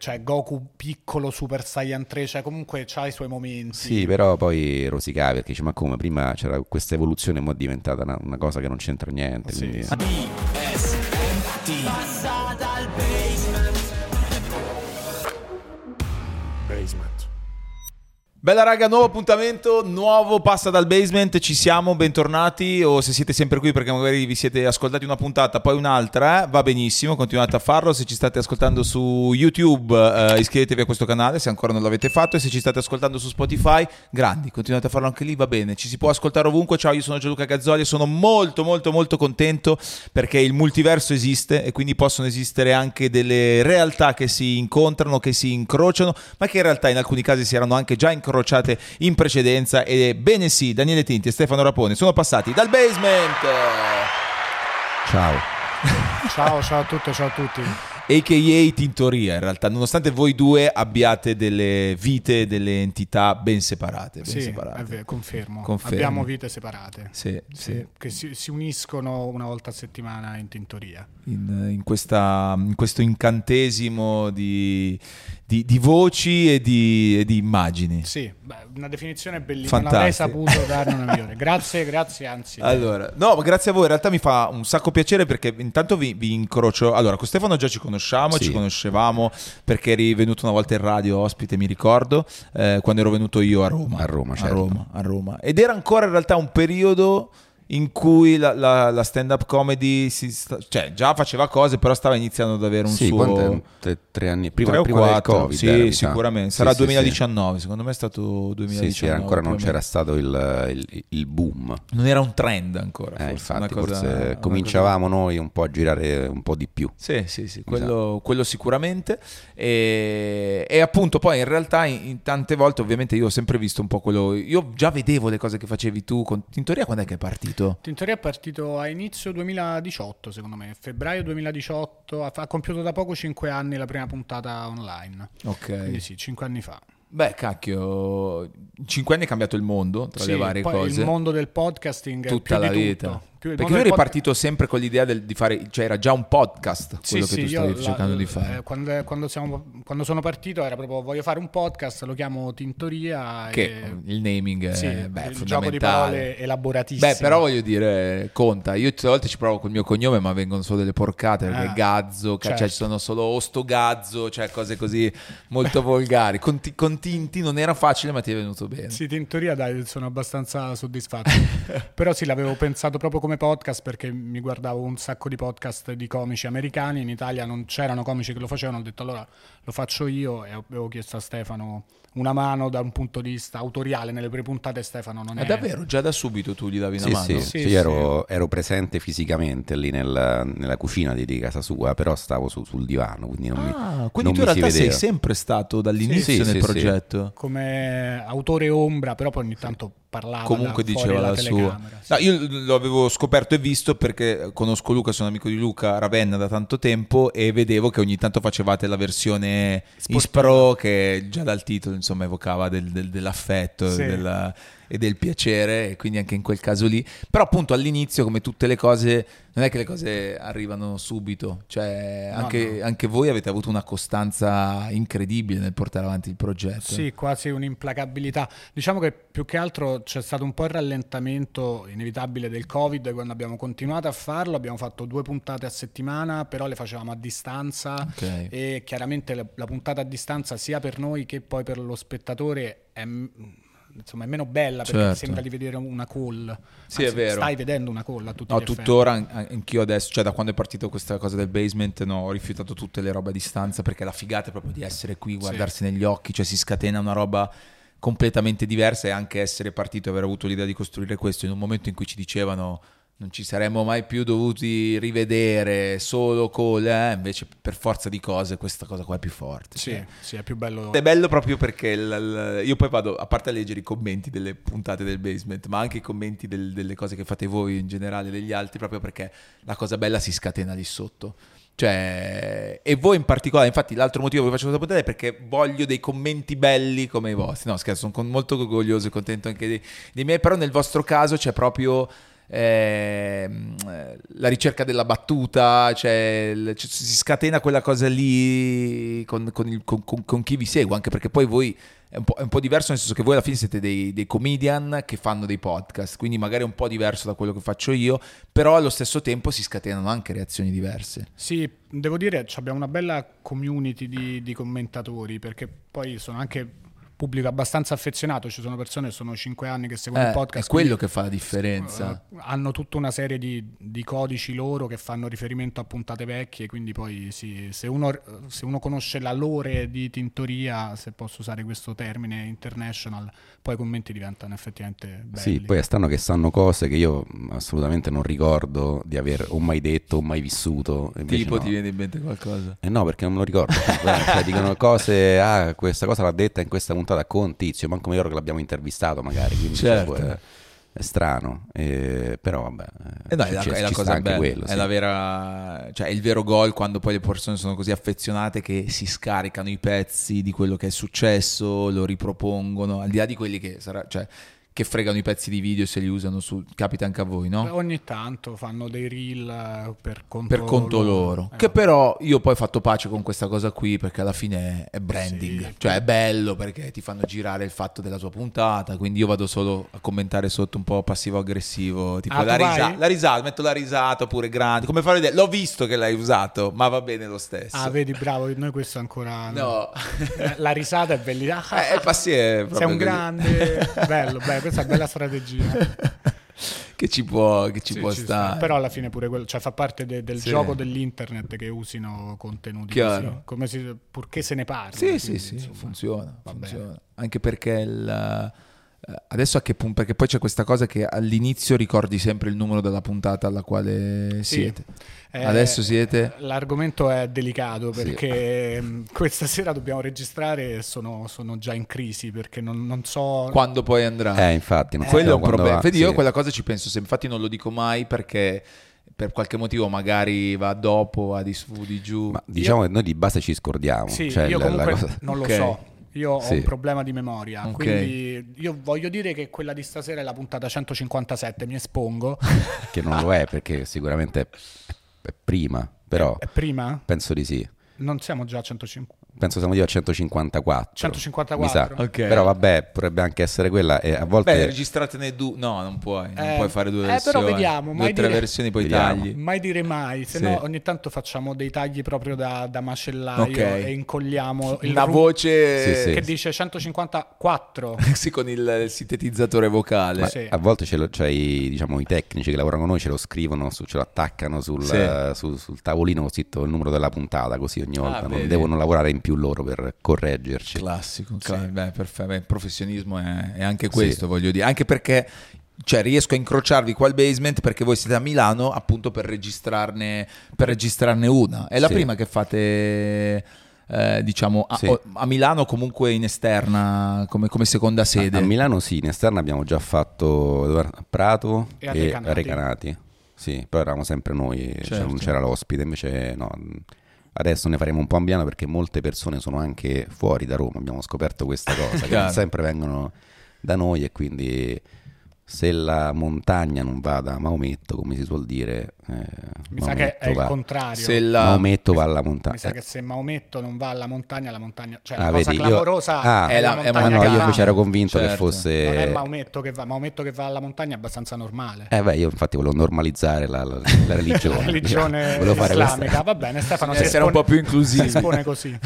cioè Goku piccolo Super Saiyan 3, cioè comunque c'ha i suoi momenti. Sì, però poi rosicavi perché dice, ma come, prima c'era questa evoluzione, ma è diventata una cosa che non c'entra niente. Sì, Quindi... sì. Passa dal basement. Bella raga, nuovo appuntamento, nuovo Passa dal Basement, ci siamo, bentornati, o se siete sempre qui perché magari vi siete ascoltati una puntata, poi un'altra, va benissimo, continuate a farlo. Se ci state ascoltando su YouTube, iscrivetevi a questo canale se ancora non l'avete fatto, e se ci state ascoltando su Spotify, grandi, continuate a farlo anche lì, va bene, ci si può ascoltare ovunque. Ciao, io sono Gianluca Gazzoli e sono molto contento perché il multiverso esiste e quindi possono esistere anche delle realtà che si incontrano, che si incrociano, ma che in realtà in alcuni casi si erano anche già incrociate in precedenza. E bene sì, Daniele Tinti e Stefano Rapone sono passati dal basement. Ciao a tutte, ciao a tutti. A.k.a. Tintoria, in realtà, nonostante voi due abbiate delle vite, delle entità ben separate. Sì, separate. è vero, confermo. Confermi. Abbiamo vite separate. Sì. Che si uniscono una volta a settimana in tintoria. In questo incantesimo di voci e di immagini. Sì, una definizione bellissima. Fantastica. Non avrei saputo darne una migliore. Grazie, anzi. Allora, no, ma grazie a voi, in realtà mi fa un sacco piacere perché intanto vi incrocio. Allora, con Stefano già ci conosciamo, Sì. ci conoscevamo perché eri venuto una volta in radio ospite, mi ricordo, quando ero venuto io a Roma. A Roma, certo. A Roma. Ed era ancora in realtà un periodo in cui la stand-up comedy cioè già faceva cose, però stava iniziando ad avere un Sì, suo... 3 anni prima, 3 o prima del 4, Covid. sì, sicuramente. Sarà Sì, 2019, secondo me è stato 2019. Sì, ancora non più o c'era meno. stato il boom. Non era un trend ancora, forse. Infatti, una cosa- forse una cominciavamo noi un po' a girare un po' di più. Sì, quello sicuramente. E appunto poi in realtà in tante volte ovviamente io ho sempre visto un po' quello. Io già vedevo le cose che facevi tu con Tintoria. Quando è che è partito? Tintoria è partito a inizio 2018, secondo me. Febbraio 2018. Ha compiuto da poco 5 anni la prima puntata online. Ok. Quindi sì, 5 anni fa. Beh, cacchio, in 5 anni è cambiato il mondo tra Sì, le varie poi cose. il mondo del podcasting è Tutta più la di vita. tutto. Più il Perché mondo tu del eri partito sempre con l'idea di fare, cioè era già un podcast quello che tu stavi cercando di fare. Quando sono partito era proprio voglio fare un podcast, lo chiamo Tintoria. Che il naming sì, è il gioco di parole elaboratissimo. Beh, però voglio dire, conta. Io tutte le volte ci provo col mio cognome, ma vengono solo delle porcate perché Gazzo, certo. cioè ci sono solo Osto Gazzo, cioè cose così molto volgari. Con Tinti non era facile, ma ti è venuto bene. Sì, Tintoria, dai, sono abbastanza soddisfatto. Però sì, l'avevo pensato proprio come podcast perché mi guardavo un sacco di podcast di comici americani. In Italia non c'erano comici che lo facevano. Ho detto allora lo faccio io e avevo chiesto a Stefano una mano da un punto di vista autoriale. Nelle prime puntate Stefano non è... davvero, già da subito tu gli davi una mano? Sì, io ero presente fisicamente lì nella cucina di casa sua, però stavo sul divano, quindi non quindi non tu in mi si realtà sei vedeva. sempre stato dall'inizio Sì, nel sì, progetto? Come autore ombra, però poi ogni tanto parlava Comunque da fuori diceva dalla la sua. telecamera, sì. No, io lo avevo scoperto e visto perché conosco Luca, sono amico di Luca Ravenna da tanto tempo e vedevo che ogni tanto facevate la versione Ispro che già dal titolo insomma evocava dell'affetto Sì. e del piacere, e quindi anche in quel caso lì. Però appunto all'inizio, come tutte le cose, non è che le cose arrivano subito, cioè anche voi avete avuto una costanza incredibile nel portare avanti il progetto. Sì, quasi un'implacabilità. Diciamo che più che altro c'è stato un po' il rallentamento inevitabile del Covid quando abbiamo continuato a farlo. Abbiamo fatto 2 puntate a settimana, però le facevamo a distanza. Ok. E chiaramente la puntata a distanza sia per noi che poi per lo spettatore è meno bella perché Certo. sembra di vedere una call. Sì, è vero. Stai vedendo una call a tutti No, gli effetti. tuttora anch'io adesso, cioè da quando è partito questa cosa del basement, no, ho rifiutato tutte le robe a distanza perché la figata è proprio di essere qui, guardarsi negli occhi, cioè si scatena una roba completamente diversa, e anche essere partito e aver avuto l'idea di costruire questo in un momento in cui ci dicevano non ci saremmo mai più dovuti rivedere solo con invece per forza di cose questa cosa qua è più forte. Sì, sì, è più bello. È bello proprio perché io poi vado, a parte a leggere i commenti delle puntate del basement, ma anche i commenti delle cose che fate voi in generale, degli altri, proprio perché la cosa bella si scatena lì sotto. Cioè, e voi in particolare, infatti l'altro motivo che vi faccio questa puntata è perché voglio dei commenti belli come i vostri. No, scherzo, sono molto orgoglioso e contento anche dei miei, però nel vostro caso c'è proprio la ricerca della battuta, cioè si scatena quella cosa lì con chi vi segue, anche perché poi voi è un po' diverso, nel senso che voi alla fine siete dei comedian che fanno dei podcast, quindi magari è un po' diverso da quello che faccio io, però allo stesso tempo si scatenano anche reazioni diverse. Sì, devo dire, abbiamo una bella community di commentatori, perché poi sono anche pubblico abbastanza affezionato, ci sono persone che sono 5 anni che seguono il podcast. È quello che fa la differenza. Hanno tutta una serie di codici loro che fanno riferimento a puntate vecchie, quindi poi se uno conosce la lore di Tintoria, se posso usare questo termine international, poi i commenti diventano effettivamente belli. Sì, poi è strano che sanno cose che io assolutamente non ricordo di aver o mai detto o mai vissuto. Tipo no. Ti viene in mente qualcosa? No, perché non me lo ricordo. Cioè, dicono cose, questa cosa l'ha detta in questa puntata con Tizio, manco mi ricordo che l'abbiamo intervistato magari, quindi certo. È strano, però vabbè, è la cosa anche bella, quello, è sì. la vera, cioè il vero gol, quando poi le persone sono così affezionate che si scaricano i pezzi di quello che è successo, lo ripropongono, al di là di quelli che che fregano i pezzi di video se li usano capita anche a voi, no? Ogni tanto fanno dei reel per conto loro. Che però io poi ho fatto pace con questa cosa qui, perché alla fine è branding, sì. Cioè è bello perché ti fanno girare il fatto della tua puntata, quindi io vado solo a commentare sotto un po' passivo-aggressivo, tipo la risata, metto la risata oppure grande, come fare idea, l'ho visto che l'hai usato, ma va bene lo stesso. Ah, vedi, bravo, noi questo ancora no. La risata è bellissima. Sei un grande, bello, questa è una bella strategia. che ci può Ci stare. Però alla fine pure quello, cioè fa parte del Sì. gioco dell'internet che usino contenuti Chiaro. così, purché se ne parli. Sì, quindi, sì, insomma, funziona. va bene. Anche perché adesso a che punto? Perché poi c'è questa cosa che all'inizio ricordi sempre il numero della puntata alla quale siete. Adesso siete? L'argomento è delicato perché questa sera dobbiamo registrare e sono già in crisi perché non so quando poi andrà. Infatti, non quello è un problema. Vedi, io sì. quella cosa ci penso sempre, infatti non lo dico mai perché per qualche motivo magari va dopo, va di su, di giù. Ma diciamo che noi di base ci scordiamo. Sì, cioè, io comunque cosa... non Ok. lo so. Io ho Sì. un problema di memoria, Ok. quindi io voglio dire che quella di stasera è la puntata 157, mi espongo. Che non lo è perché sicuramente è prima, però È prima? penso di sì. Non siamo già a 150. Penso siamo io a 154. 154. Mi sa. Ok. Però vabbè, potrebbe anche essere quella e a volte Beh, registratene due. No, non puoi fare due versioni. però vediamo, due mai o tre dire- versioni poi Vediamo. tagli. Mai dire mai, se Sì. no ogni tanto facciamo dei tagli proprio da macellaio Ok. e incolliamo il Una voce Sì, sì. che dice 154. sì, con il sintetizzatore vocale. ma Sì. a volte c'è i tecnici che lavorano con noi, ce lo scrivono, ce lo attaccano sul tavolino così il numero della puntata, così ogni volta non vedi. devono lavorare in più loro per correggerci. Classico. Beh, perfetto. Beh, il professionismo è anche questo, voglio dire. Anche perché riesco a incrociarvi qua al basement perché voi siete a Milano appunto per registrarne una. È la Sì. prima che fate... diciamo Sì. a Milano, comunque in esterna come seconda sede. A Milano sì, in esterna abbiamo già fatto a Prato E a e Recanati. a Recanati. Sì, però eravamo sempre noi, cioè non Certo. c'era l'ospite, invece no. Adesso ne faremo un po' a Milano perché molte persone sono anche fuori da Roma, abbiamo scoperto questa cosa, che Chiaro. non sempre vengono da noi e quindi se la montagna non va da Maometto, come si suol dire, Mi sa che è il va. contrario. Se la... Maometto va alla montagna. Mi sa che se Maometto non va alla montagna, cioè Ah, la cosa vedi, io- clamorosa Ah, è la è montagna ma no, che io va. invece ero convinto che Certo. fosse... Non è Maometto che va alla montagna, è abbastanza normale. Beh, io infatti volevo normalizzare la religione. La religione Volevo fare islamica, questa- va bene, Stefano si essere un po' più si inclusivi. espone così.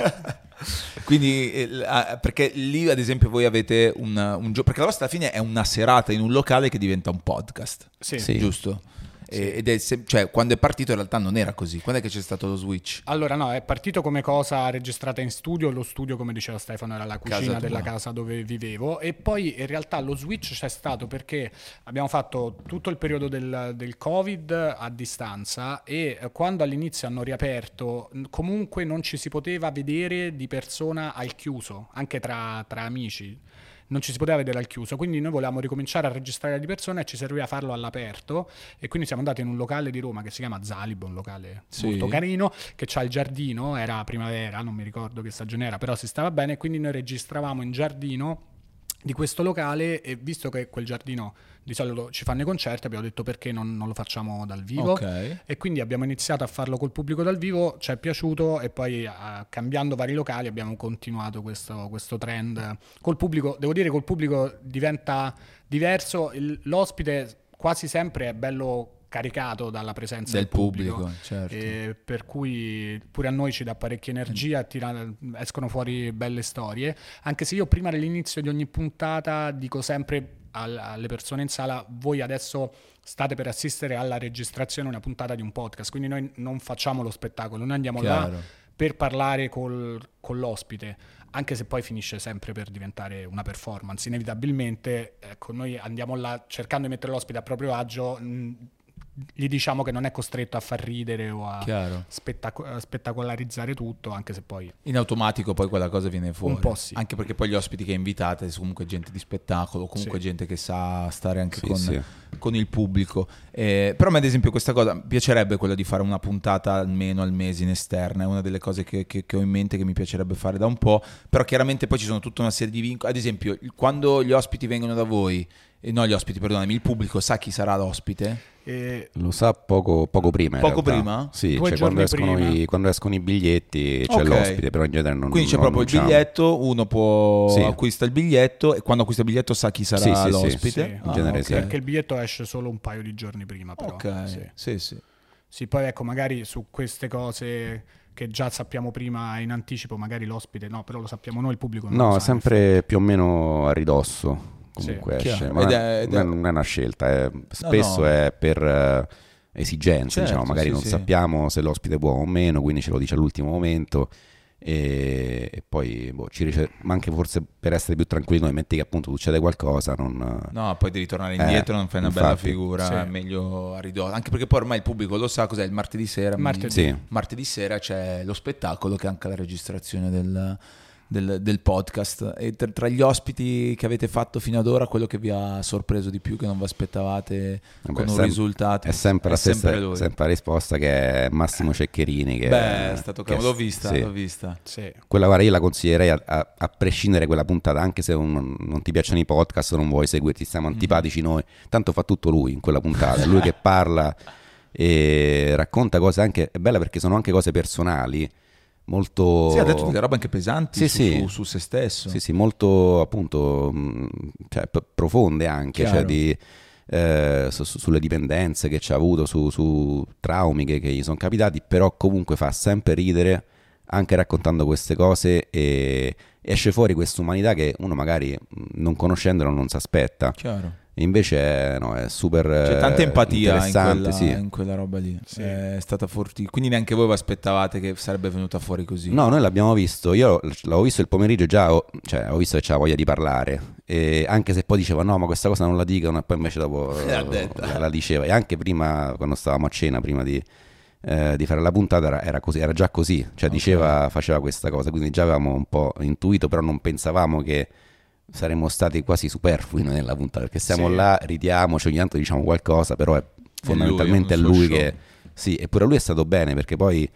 Quindi perché lì ad esempio voi avete un gioco, perché la vostra alla fine è una serata in un locale che diventa un podcast, Sì. Sì. giusto? Ed è cioè quando è partito in realtà non era così. Quando è che c'è stato lo switch? Allora no, è partito come cosa registrata in studio, lo studio come diceva Stefano era la Casa cucina tua. della casa dove vivevo e poi in realtà lo switch c'è stato perché abbiamo fatto tutto il periodo del Covid a distanza e quando all'inizio hanno riaperto comunque non ci si poteva vedere di persona al chiuso, anche tra amici. Non ci si poteva vedere al chiuso, quindi noi volevamo ricominciare a registrare di persona e ci serviva farlo all'aperto e quindi siamo andati in un locale di Roma che si chiama Zalibo, un locale Sì. molto carino che c'ha il giardino, era primavera, non mi ricordo che stagione era, però si stava bene, quindi noi registravamo in giardino di questo locale, e visto che quel giardino di solito ci fanno i concerti, abbiamo detto perché non lo facciamo dal vivo, Ok. e quindi abbiamo iniziato a farlo col pubblico dal vivo, ci è piaciuto, e poi cambiando vari locali abbiamo continuato questo trend col pubblico. Devo dire, col pubblico diventa diverso, l'ospite quasi sempre è bello caricato dalla presenza Del del pubblico. pubblico, certo. E per cui pure a noi ci dà parecchia energia, escono fuori belle storie, anche se io prima dell'inizio di ogni puntata dico sempre alle persone in sala: voi adesso state per assistere alla registrazione di una puntata di un podcast, quindi noi non facciamo lo spettacolo, noi andiamo là Chiaro. per parlare con l'ospite, anche se poi finisce sempre per diventare una performance inevitabilmente. Ecco, noi andiamo là cercando di mettere l'ospite a proprio agio, gli diciamo che non è costretto a far ridere o a Chiaro. spettacolarizzare tutto, anche se poi In automatico poi quella cosa viene fuori. Un po' sì. Anche perché poi gli ospiti che invitate sono comunque gente di spettacolo, comunque Sì. gente che sa stare anche Sì. con il pubblico. Però a me ad esempio questa cosa piacerebbe, quella di fare una puntata almeno al mese in esterna, è una delle cose che ho in mente, che mi piacerebbe fare da un po', però chiaramente poi ci sono tutta una serie di vincoli. Ad esempio, quando gli ospiti vengono da voi, no, gli ospiti, perdonami, il pubblico sa chi sarà l'ospite? e Lo sa poco prima. in Poco realtà. prima? Sì, 2 cioè giorni quando prima. escono i biglietti c'è Ok. l'ospite, però in genere non. Quindi c'è non proprio il annunciamo. biglietto, uno può Sì. acquista il biglietto, e quando acquista il biglietto sa chi sarà Sì, sì, l'ospite. sì. In genere ok. sì. perché il biglietto esce solo un paio di giorni prima, però. Ok, Sì. sì. Sì, poi ecco, magari su queste cose che già sappiamo prima in anticipo, magari l'ospite no, però lo sappiamo noi, il pubblico non lo No, sa. sempre più o meno a ridosso. Comunque Sì, esce, chiaro. ma Ed è- non è una scelta, spesso no. è per esigenze, Certo, diciamo, magari sì, non sì. sappiamo se l'ospite può o meno, quindi ce lo dice all'ultimo momento, e poi ma anche forse per essere più tranquilli noi, metti che appunto succede qualcosa, non. No, poi devi tornare indietro, non fai una bella infatti. figura, Sì. è meglio a ridosso. Anche perché poi ormai il pubblico lo sa cos'è il martedì sera. Martedì. Sì. Martedì sera c'è lo spettacolo, che è anche la registrazione del podcast. E tra gli ospiti che avete fatto fino ad ora, quello che vi ha sorpreso di più, che non vi aspettavate Vabbè, con un risultato, È sempre la stessa lui. sempre la risposta, che è Massimo Ceccherini. Che Beh, è stato che l'ho vista, sì. l'ho vista. Sì. Quella, guarda, io la consiglierei a prescindere quella puntata, anche se non ti piacciono i podcast, non vuoi seguirti, siamo antipatici noi, tanto fa tutto lui in quella puntata, è lui che parla e racconta cose anche, è bella perché sono anche cose personali, molto. Sì, ha detto delle robe anche pesanti Sì, su, sì. su se stesso. Sì, molto appunto, cioè, profonde anche, Chiaro. cioè sulle dipendenze che ci ha avuto, su traumi che gli sono capitati, però comunque fa sempre ridere anche raccontando queste cose, e esce fuori questa umanità che uno magari non conoscendolo non si aspetta. Chiaro. E invece no, è super C'è tanta empatia interessante, sì. in quella roba lì. Sì. È stata forti. Quindi neanche voi vi aspettavate che sarebbe venuta fuori così. No, noi l'abbiamo visto, io l'avevo visto il pomeriggio, già ho visto che c'era voglia di parlare, e anche se poi diceva no, ma questa cosa non la dicono, e poi invece dopo L'ha detta. la diceva. E anche prima, quando stavamo a cena, prima di fare la puntata, era così, era già così, cioè faceva questa cosa, quindi già avevamo un po' intuito, però non pensavamo che saremmo stati quasi superflui noi nella puntata, perché stiamo Sì. là, ridiamo, ogni tanto diciamo qualcosa, però è fondamentalmente è è un suo lui show. che. Sì, eppure lui è stato bene, perché poi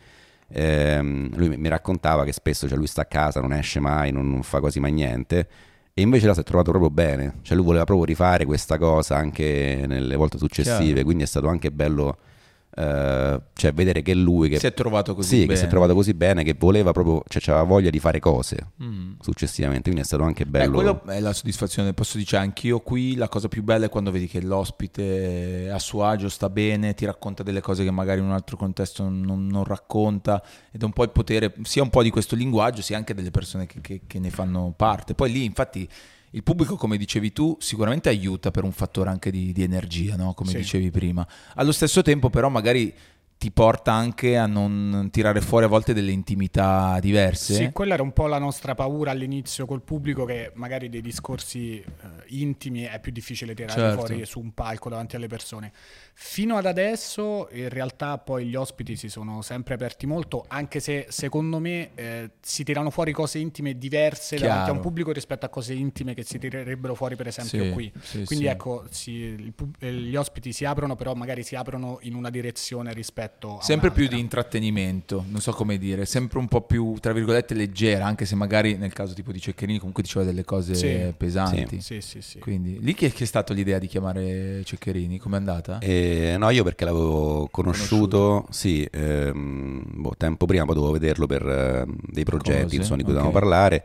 lui mi raccontava che spesso, cioè, lui sta a casa, non esce mai, non fa quasi mai niente, e invece là si è trovato proprio bene, cioè lui voleva proprio rifare questa cosa anche nelle volte successive. Chiaro. Quindi è stato anche bello cioè vedere che lui che Si è trovato così sì, bene. che si è trovato così bene, che voleva proprio, cioè aveva voglia di fare cose Mm. successivamente, quindi è stato anche bello. Quello è la soddisfazione, posso dire, anch'io qui la cosa più bella è quando vedi che l'ospite è a suo agio, sta bene, ti racconta delle cose che magari in un altro contesto non racconta, ed è un po' il potere sia un po' di questo linguaggio, sia anche delle persone che ne fanno parte. Poi lì infatti il pubblico, come dicevi tu, sicuramente aiuta per un fattore anche di energia, no? Come Sì. dicevi prima. Allo stesso tempo però magari ti porta anche a non tirare fuori a volte delle intimità diverse. Sì, quella era un po' la nostra paura all'inizio col pubblico, che magari dei discorsi intimi è più difficile tirare Certo. fuori su un palco davanti alle persone. Fino ad adesso in realtà poi gli ospiti si sono sempre aperti molto, anche se secondo me si tirano fuori cose intime diverse davanti a un Chiaro. pubblico rispetto a cose intime che si tirerebbero fuori per esempio Sì, qui. sì, Quindi sì. ecco, gli ospiti si aprono, però magari si aprono in una direzione rispetto rispetto a sempre più un'altra. di intrattenimento, non so come dire, sempre un po' più tra virgolette leggera, anche se magari nel caso tipo di Ceccherini comunque diceva delle cose Sì. pesanti. Sì. Quindi lì chi è stato l'idea di chiamare Ceccherini? Com'è andata? No, io perché l'avevo conosciuto, sì, tempo prima, poi dovevo vederlo per dei progetti Cose, insomma, di cui ok. dovevamo parlare.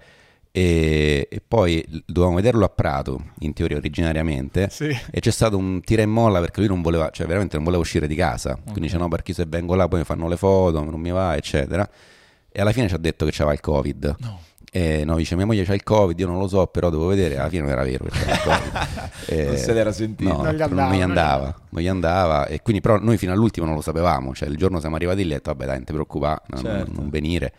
E poi dovevamo vederlo a Prato, in teoria originariamente, Sì. e c'è stato un tira e molla perché lui non voleva, cioè veramente non voleva uscire di casa, quindi dice no, perché se vengo là poi mi fanno le foto, non mi va, eccetera. E alla fine ci ha detto che c'aveva il Covid. No. E no, dice mia moglie c'ha il Covid, io non lo so, però devo vedere. Alla fine non era vero che c'era il Covid. Non se l'era sentito. No, Non gli non gli andava. E quindi però noi fino all'ultimo non lo sapevamo, cioè il giorno siamo arrivati lì e ho detto vabbè dai, non ti preoccupare, Certo. non venire.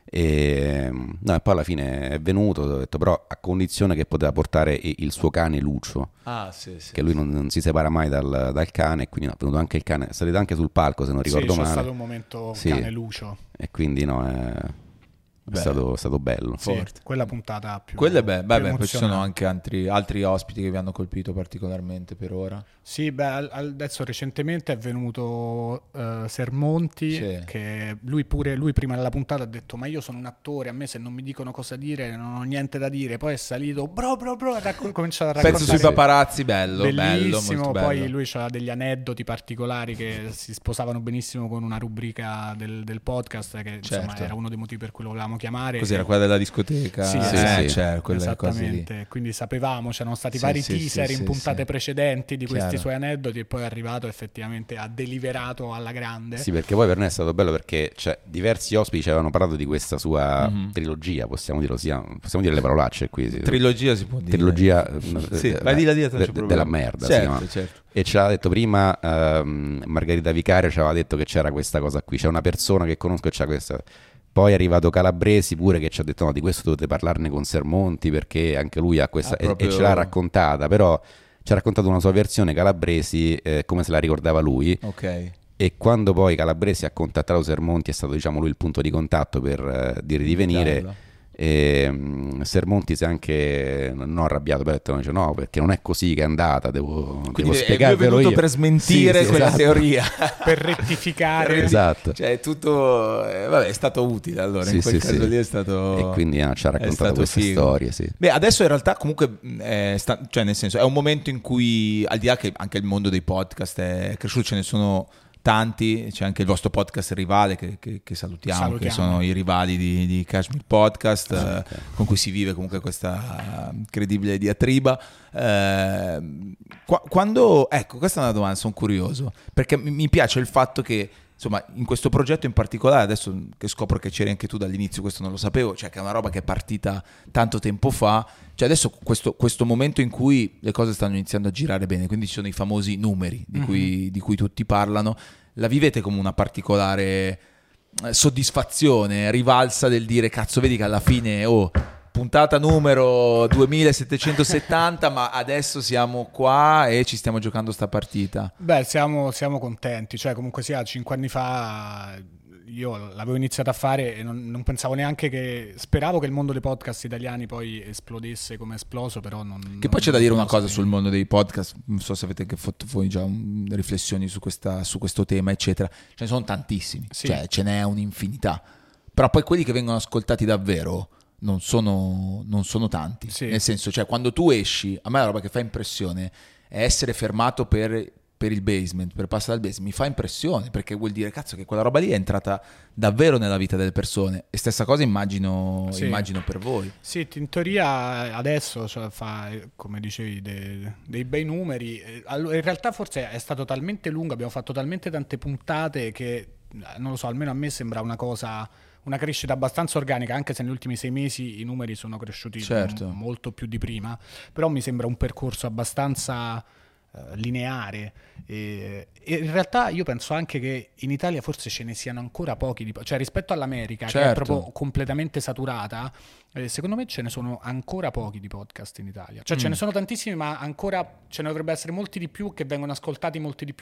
E poi alla fine è venuto, ho detto però a condizione che poteva portare il suo cane Lucio, Ah, sì, sì. che lui non si separa mai dal cane, e quindi no, è venuto anche il cane, è stato anche sul palco se non ricordo Sì, c'è male. stato un momento Sì. cane Lucio. E quindi no, è Beh. stato bello. Sì, Forte. quella puntata più Quelle più poi ci sono emozionante. anche altri ospiti che vi hanno colpito particolarmente per ora. Sì, beh, adesso recentemente è venuto Sermonti, Sì. che lui prima della puntata ha detto ma io sono un attore, a me se non mi dicono cosa dire non ho niente da dire, poi è salito bro, ha cominciato a raccontare. Pezzo sui paparazzi, bello, Bellissimo, molto bello. poi lui ha degli aneddoti particolari che si sposavano benissimo con una rubrica del podcast che insomma Certo. era uno dei motivi per cui lo volevamo chiamare. Cos'era quella della discoteca? Sì, sì. Cioè, quelle cose lì. Esattamente, quindi sapevamo, c'erano stati Sì, vari sì, teaser sì, in sì, puntate sì. precedenti di questi Chiaro. suoi aneddoti e poi è arrivato effettivamente, ha deliberato alla grande. Sì, perché poi per noi è stato bello perché cioè, diversi ospiti ci avevano parlato di questa sua trilogia, possiamo dire le parolacce qui. Sì. Trilogia si può dire. Trilogia Sì, vai di là dietro, non c'è problema. della merda, si chiama. Certo, certo. E ci aveva detto prima Margherita Vicario ci aveva detto che c'era questa cosa qui, c'è una persona che conosco e c'ha questa. Poi è arrivato Calabresi pure che ci ha detto no, di questo dovete parlarne con Sermonti perché anche lui ha questa proprio- e ce l'ha raccontata, però ci ha raccontato una sua versione Calabresi come se la ricordava lui. Ok. E quando poi Calabresi ha contattato Sermonti è stato diciamo lui il punto di contatto per dire di venire. Bello. E Sermonti si è anche non arrabbiato, però ha detto dice, no, perché non è così che è andata, devo Quindi lui è spiegarvelo venuto io. per smentire Sì, quella esatto. teoria. Per rettificare. Esatto. Cioè, è tutto. Vabbè, è stato utile allora. Sì, in quel sì, caso sì. lì è stato. E quindi ci ha è raccontato stato queste figo. storie, sì. Beh, adesso in realtà comunque cioè nel senso è un momento in cui al di là che anche il mondo dei podcast è cresciuto, ce ne sono tanti, c'è anche il vostro podcast rivale che salutiamo, che sono i rivali di Kashmir Podcast, con cui si vive comunque questa incredibile diatriba. Quando, ecco, questa è una domanda, sono curioso, perché mi piace il fatto che insomma, in questo progetto in particolare, adesso che scopro che c'eri anche tu dall'inizio, questo non lo sapevo, cioè che è una roba che è partita tanto tempo fa, cioè adesso questo momento in cui le cose stanno iniziando a girare bene, quindi ci sono i famosi numeri di cui tutti parlano, la vivete come una particolare soddisfazione, rivalsa del dire cazzo, vedi che alla fine, puntata numero 2770, ma adesso siamo qua e ci stiamo giocando sta partita. Beh, siamo contenti, cioè comunque sia 5 anni fa io l'avevo iniziato a fare e non pensavo neanche che, speravo che il mondo dei podcast italiani poi esplodesse come è esploso, però non... Che poi c'è da dire una cosa sapevo. sul mondo dei podcast, non so se avete fatto voi già riflessioni su questo tema, eccetera, ce ne sono tantissimi, Sì. cioè ce n'è un'infinità, però poi quelli che vengono ascoltati davvero non sono tanti, Sì. nel senso, cioè quando tu esci, a me la roba che fa impressione è essere fermato per il basement, per passare dal basement, mi fa impressione perché vuol dire cazzo che quella roba lì è entrata davvero nella vita delle persone, e stessa cosa immagino per voi. Sì, in teoria adesso cioè, fa, come dicevi, dei bei numeri. In realtà forse è stato talmente lungo, abbiamo fatto talmente tante puntate che, non lo so, almeno a me sembra una crescita abbastanza organica, anche se negli ultimi 6 mesi i numeri sono cresciuti Certo. molto più di prima, però mi sembra un percorso abbastanza lineare e in realtà io penso anche che in Italia forse ce ne siano ancora pochi cioè rispetto all'America che è Certo. proprio completamente saturata, secondo me ce ne sono ancora pochi di podcast in Italia, cioè ce ne sono tantissimi ma ancora ce ne dovrebbe essere molti di più che vengono ascoltati molti di più, cioè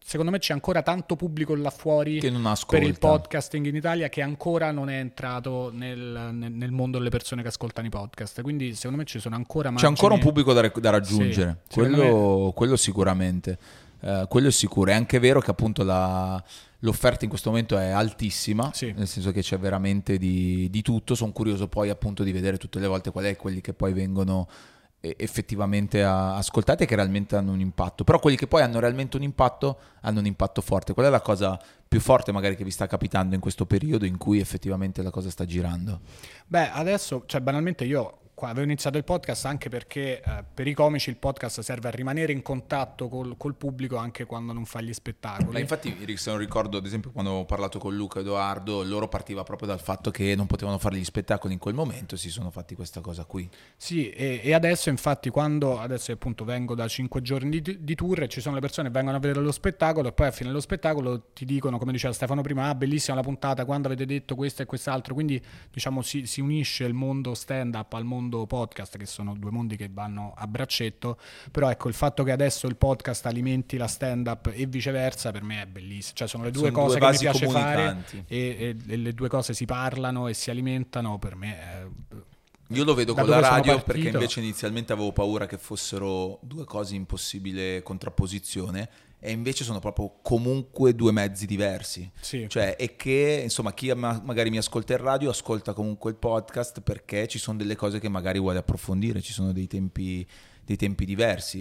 secondo me c'è ancora tanto pubblico là fuori che non per ascolta. il podcasting in Italia che ancora non è entrato nel mondo delle persone che ascoltano i podcast, quindi secondo me ci sono ancora C'è ancora un margini. pubblico da raggiungere, Sì, secondo quello sicuramente. Quello è sicuro. È anche vero che appunto l'offerta in questo momento è altissima, Sì. nel senso che c'è veramente di tutto. Sono curioso poi appunto di vedere tutte le volte qual è quelli che poi vengono effettivamente ascoltati e che realmente hanno un impatto. Però quelli che poi hanno realmente un impatto hanno un impatto forte. Qual è la cosa più forte magari che vi sta capitando in questo periodo in cui effettivamente la cosa sta girando? Beh, adesso, cioè banalmente io avevo iniziato il podcast anche perché per i comici il podcast serve a rimanere in contatto col pubblico anche quando non fa gli spettacoli. Ma infatti, se non ricordo, ad esempio, quando ho parlato con Luca e Edoardo, loro partiva proprio dal fatto che non potevano fare gli spettacoli in quel momento, si sono fatti questa cosa qui. Sì, e adesso infatti adesso appunto vengo da 5 giorni di tour e ci sono le persone che vengono a vedere lo spettacolo e poi a fine dello spettacolo ti dicono, come diceva Stefano prima, bellissima la puntata, quando avete detto questo e quest'altro, quindi diciamo si unisce il mondo stand-up al mondo podcast, che sono due mondi che vanno a braccetto, però ecco il fatto che adesso il podcast alimenti la stand-up e viceversa per me è bellissimo, cioè sono le due cose che mi basi piace fare comunicanti. e le due cose si parlano e si alimentano, per me è... Io lo vedo Da con la dove sono radio partito? perché invece inizialmente avevo paura che fossero due cose in possibile contrapposizione e invece sono proprio comunque due mezzi diversi. Sì. Cioè, e che insomma chi magari mi ascolta in radio ascolta comunque il podcast perché ci sono delle cose che magari vuole approfondire, ci sono dei tempi diversi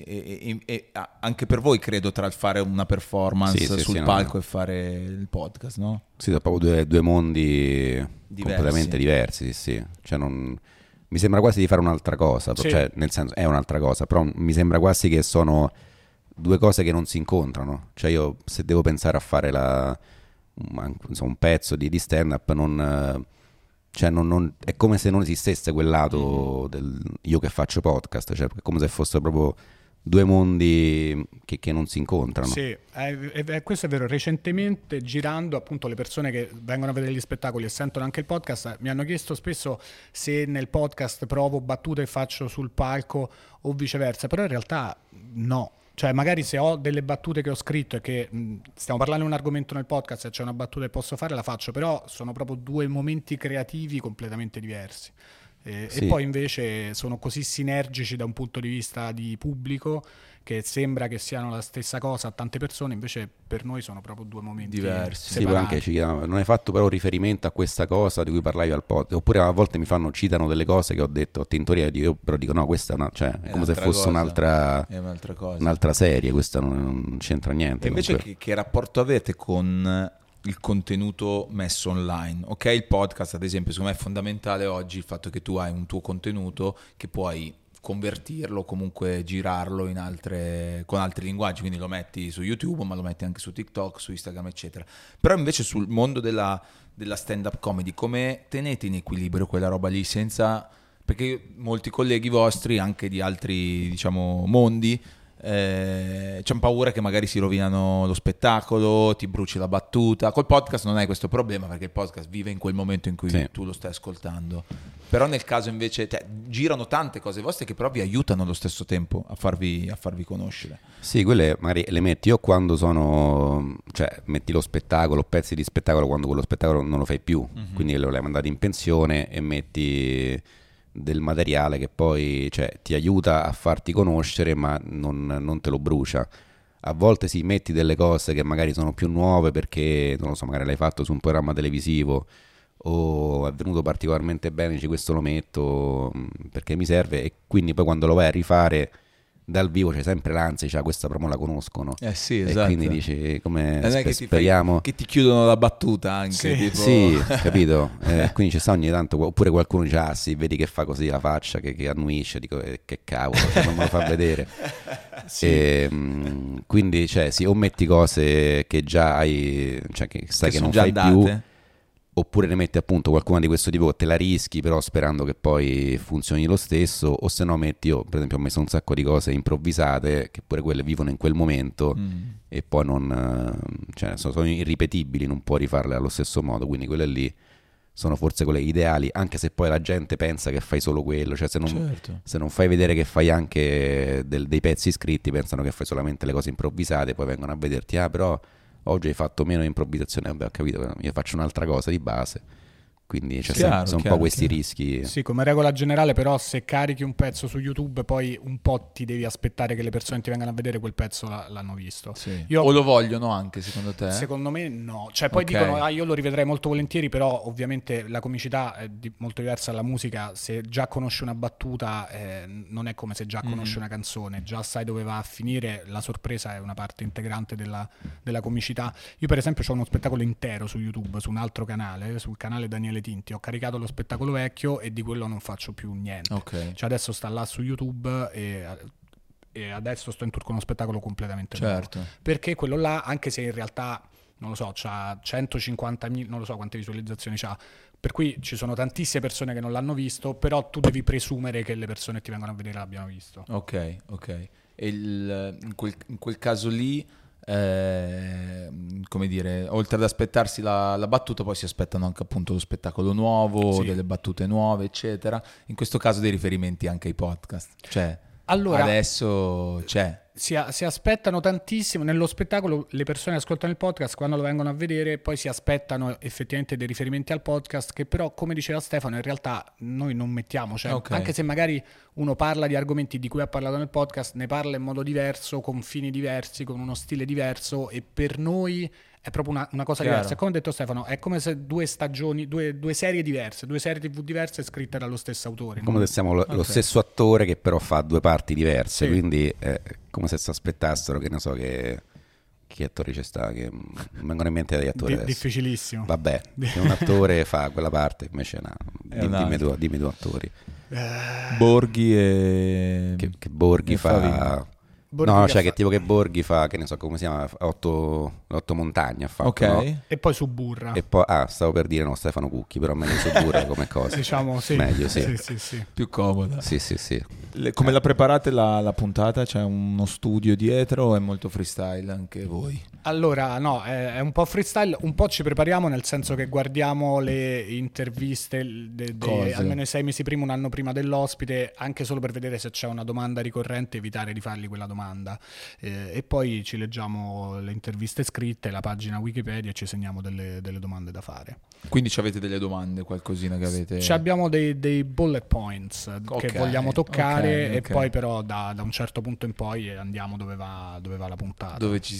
e anche per voi credo tra il fare una performance sul palco e fare il podcast, no? Sì, sono proprio due mondi completamente diversi, sì. Cioè mi sembra quasi di fare un'altra cosa, Sì. cioè nel senso è un'altra cosa, però mi sembra quasi che sono due cose che non si incontrano. Cioè io se devo pensare a fare un pezzo di stand-up è come se non esistesse quel lato del io che faccio podcast, cioè è come se fossero proprio due mondi che non si incontrano. Sì, questo è vero. Recentemente girando appunto le persone che vengono a vedere gli spettacoli e sentono anche il podcast mi hanno chiesto spesso se nel podcast provo battute che faccio sul palco o viceversa, però in realtà no. Cioè magari se ho delle battute che ho scritto e che stiamo parlando di un argomento nel podcast e c'è una battuta che posso fare, la faccio, però sono proprio due momenti creativi completamente diversi. Sì. E poi invece sono così sinergici da un punto di vista di pubblico che sembra che siano la stessa cosa a tante persone, invece per noi sono proprio due momenti Diversi. Sì, poi separati. anche ci chiedano, non hai fatto però riferimento a questa cosa di cui parlavi al podcast, oppure a volte citano delle cose che ho detto in teoria, io però dico no, questa è come se fosse un'altra cosa. un'altra serie, questa non c'entra niente. E invece comunque. che rapporto avete con il contenuto messo online? Ok, il podcast ad esempio secondo me è fondamentale oggi il fatto che tu hai un tuo contenuto che puoi convertirlo, comunque girarlo con altri linguaggi, quindi lo metti su YouTube ma lo metti anche su TikTok, su Instagram eccetera. Però invece sul mondo della stand-up comedy come tenete in equilibrio quella roba lì senza... Perché molti colleghi vostri anche di altri diciamo mondi c'è paura che magari si rovinano lo spettacolo, ti bruci la battuta. Col podcast non hai questo problema perché il podcast vive in quel momento in cui tu lo stai ascoltando. Però nel caso invece girano tante cose vostre che però vi aiutano allo stesso tempo a farvi conoscere. Sì, quelle magari le metti o quando metti lo spettacolo, pezzi di spettacolo quando quello spettacolo non lo fai più, quindi lo hai mandato in pensione e metti del materiale che poi ti aiuta a farti conoscere ma non te lo brucia. A volte metti delle cose che magari sono più nuove perché non lo so, magari l'hai fatto su un programma televisivo o è venuto particolarmente bene, dici questo lo metto perché mi serve, e quindi poi quando lo vai a rifare dal vivo c'è sempre l'ansia, questa proprio la conoscono. Sì, e esatto. quindi dici come speriamo che ti chiudono la battuta anche. Sì, tipo... sì, capito? Quindi ci sta ogni tanto, oppure qualcuno dice sì, vedi che fa così la faccia che annuisce, dico che cavolo, non me lo fa vedere. Sì. Quindi o metti cose che già hai, che sai che non fai più, oppure ne metti appunto qualcuna di questo tipo, te la rischi però sperando che poi funzioni lo stesso, o se no io per esempio ho messo un sacco di cose improvvisate che pure quelle vivono in quel momento e poi non sono irripetibili, non puoi rifarle allo stesso modo, quindi quelle lì sono forse quelle ideali, anche se poi la gente pensa che fai solo quello, cioè se non fai vedere che fai anche dei pezzi scritti, pensano che fai solamente le cose improvvisate, poi vengono a vederti, però oggi hai fatto meno improvvisazione, vabbè, ho capito, io faccio un'altra cosa di base. Quindi sono un po' questi rischi. Sì, come regola generale, però, se carichi un pezzo su YouTube, poi un po' ti devi aspettare che le persone ti vengano a vedere quel pezzo l'hanno visto. Sì. O lo vogliono anche, secondo te? Secondo me no. Cioè, poi dicono, io lo rivedrei molto volentieri, però ovviamente la comicità è molto diversa dalla musica. Se già conosci una battuta, non è come se già conosci una canzone. Già sai dove va a finire, la sorpresa è una parte integrante della comicità. Io per esempio ho uno spettacolo intero su YouTube, su un altro canale, sul canale Daniele Tinti. Ho caricato lo spettacolo vecchio e di quello non faccio più niente. Cioè adesso sta là su YouTube e adesso sto in tour con uno spettacolo completamente nuovo. Perché quello là, anche se in realtà non lo so, c'ha 150.000, non lo so quante visualizzazioni c'ha, per cui ci sono tantissime persone che non l'hanno visto, però tu devi presumere che le persone che ti vengono a vedere l'abbiano visto. Ok. E in quel caso lì, come dire, oltre ad aspettarsi la battuta, poi si aspettano anche appunto lo spettacolo nuovo, delle battute nuove, eccetera. In questo caso dei riferimenti anche ai podcast, cioè allora, adesso c'è. Si aspettano tantissimo nello spettacolo, le persone ascoltano il podcast, quando lo vengono a vedere poi si aspettano effettivamente dei riferimenti al podcast, che però, come diceva Stefano, in realtà noi non mettiamo, cioè anche se magari uno parla di argomenti di cui ha parlato nel podcast, ne parla in modo diverso, con fini diversi, con uno stile diverso, e per noi è proprio una cosa diversa. Come ha detto Stefano, è come se due stagioni, due serie diverse, due serie TV diverse scritte dallo stesso autore. Come se siamo lo stesso attore che però fa due parti diverse, quindi è come se si aspettassero, che ne so, che attori ci sta, che non vengono in mente degli attori adesso. Difficilissimo. Vabbè, che un attore fa quella parte, invece no. Dimmi tu attori. Borghi e... Che Borghi fa... che tipo che Borghi fa, che ne so come si chiama, otto montagne ha fatto, no? E poi su Burra. E poi, stavo per dire Stefano Cucchi, però meglio su Burra come cosa. Diciamo sì. Meglio sì. Più comoda. Sì. Come la preparate la puntata? C'è uno studio dietro o è molto freestyle anche voi? Allora, no, è un po' freestyle, un po' ci prepariamo, nel senso che guardiamo le interviste almeno 6 mesi prima, un anno prima dell'ospite, anche solo per vedere se c'è una domanda ricorrente, evitare di fargli quella domanda. E poi ci leggiamo le interviste scritte, la pagina Wikipedia, e ci segniamo delle domande da fare. Quindi ci avete delle domande, qualcosina che avete... Ci abbiamo dei bullet points che vogliamo toccare, e poi però da un certo punto in poi andiamo dove va la puntata. Dove ci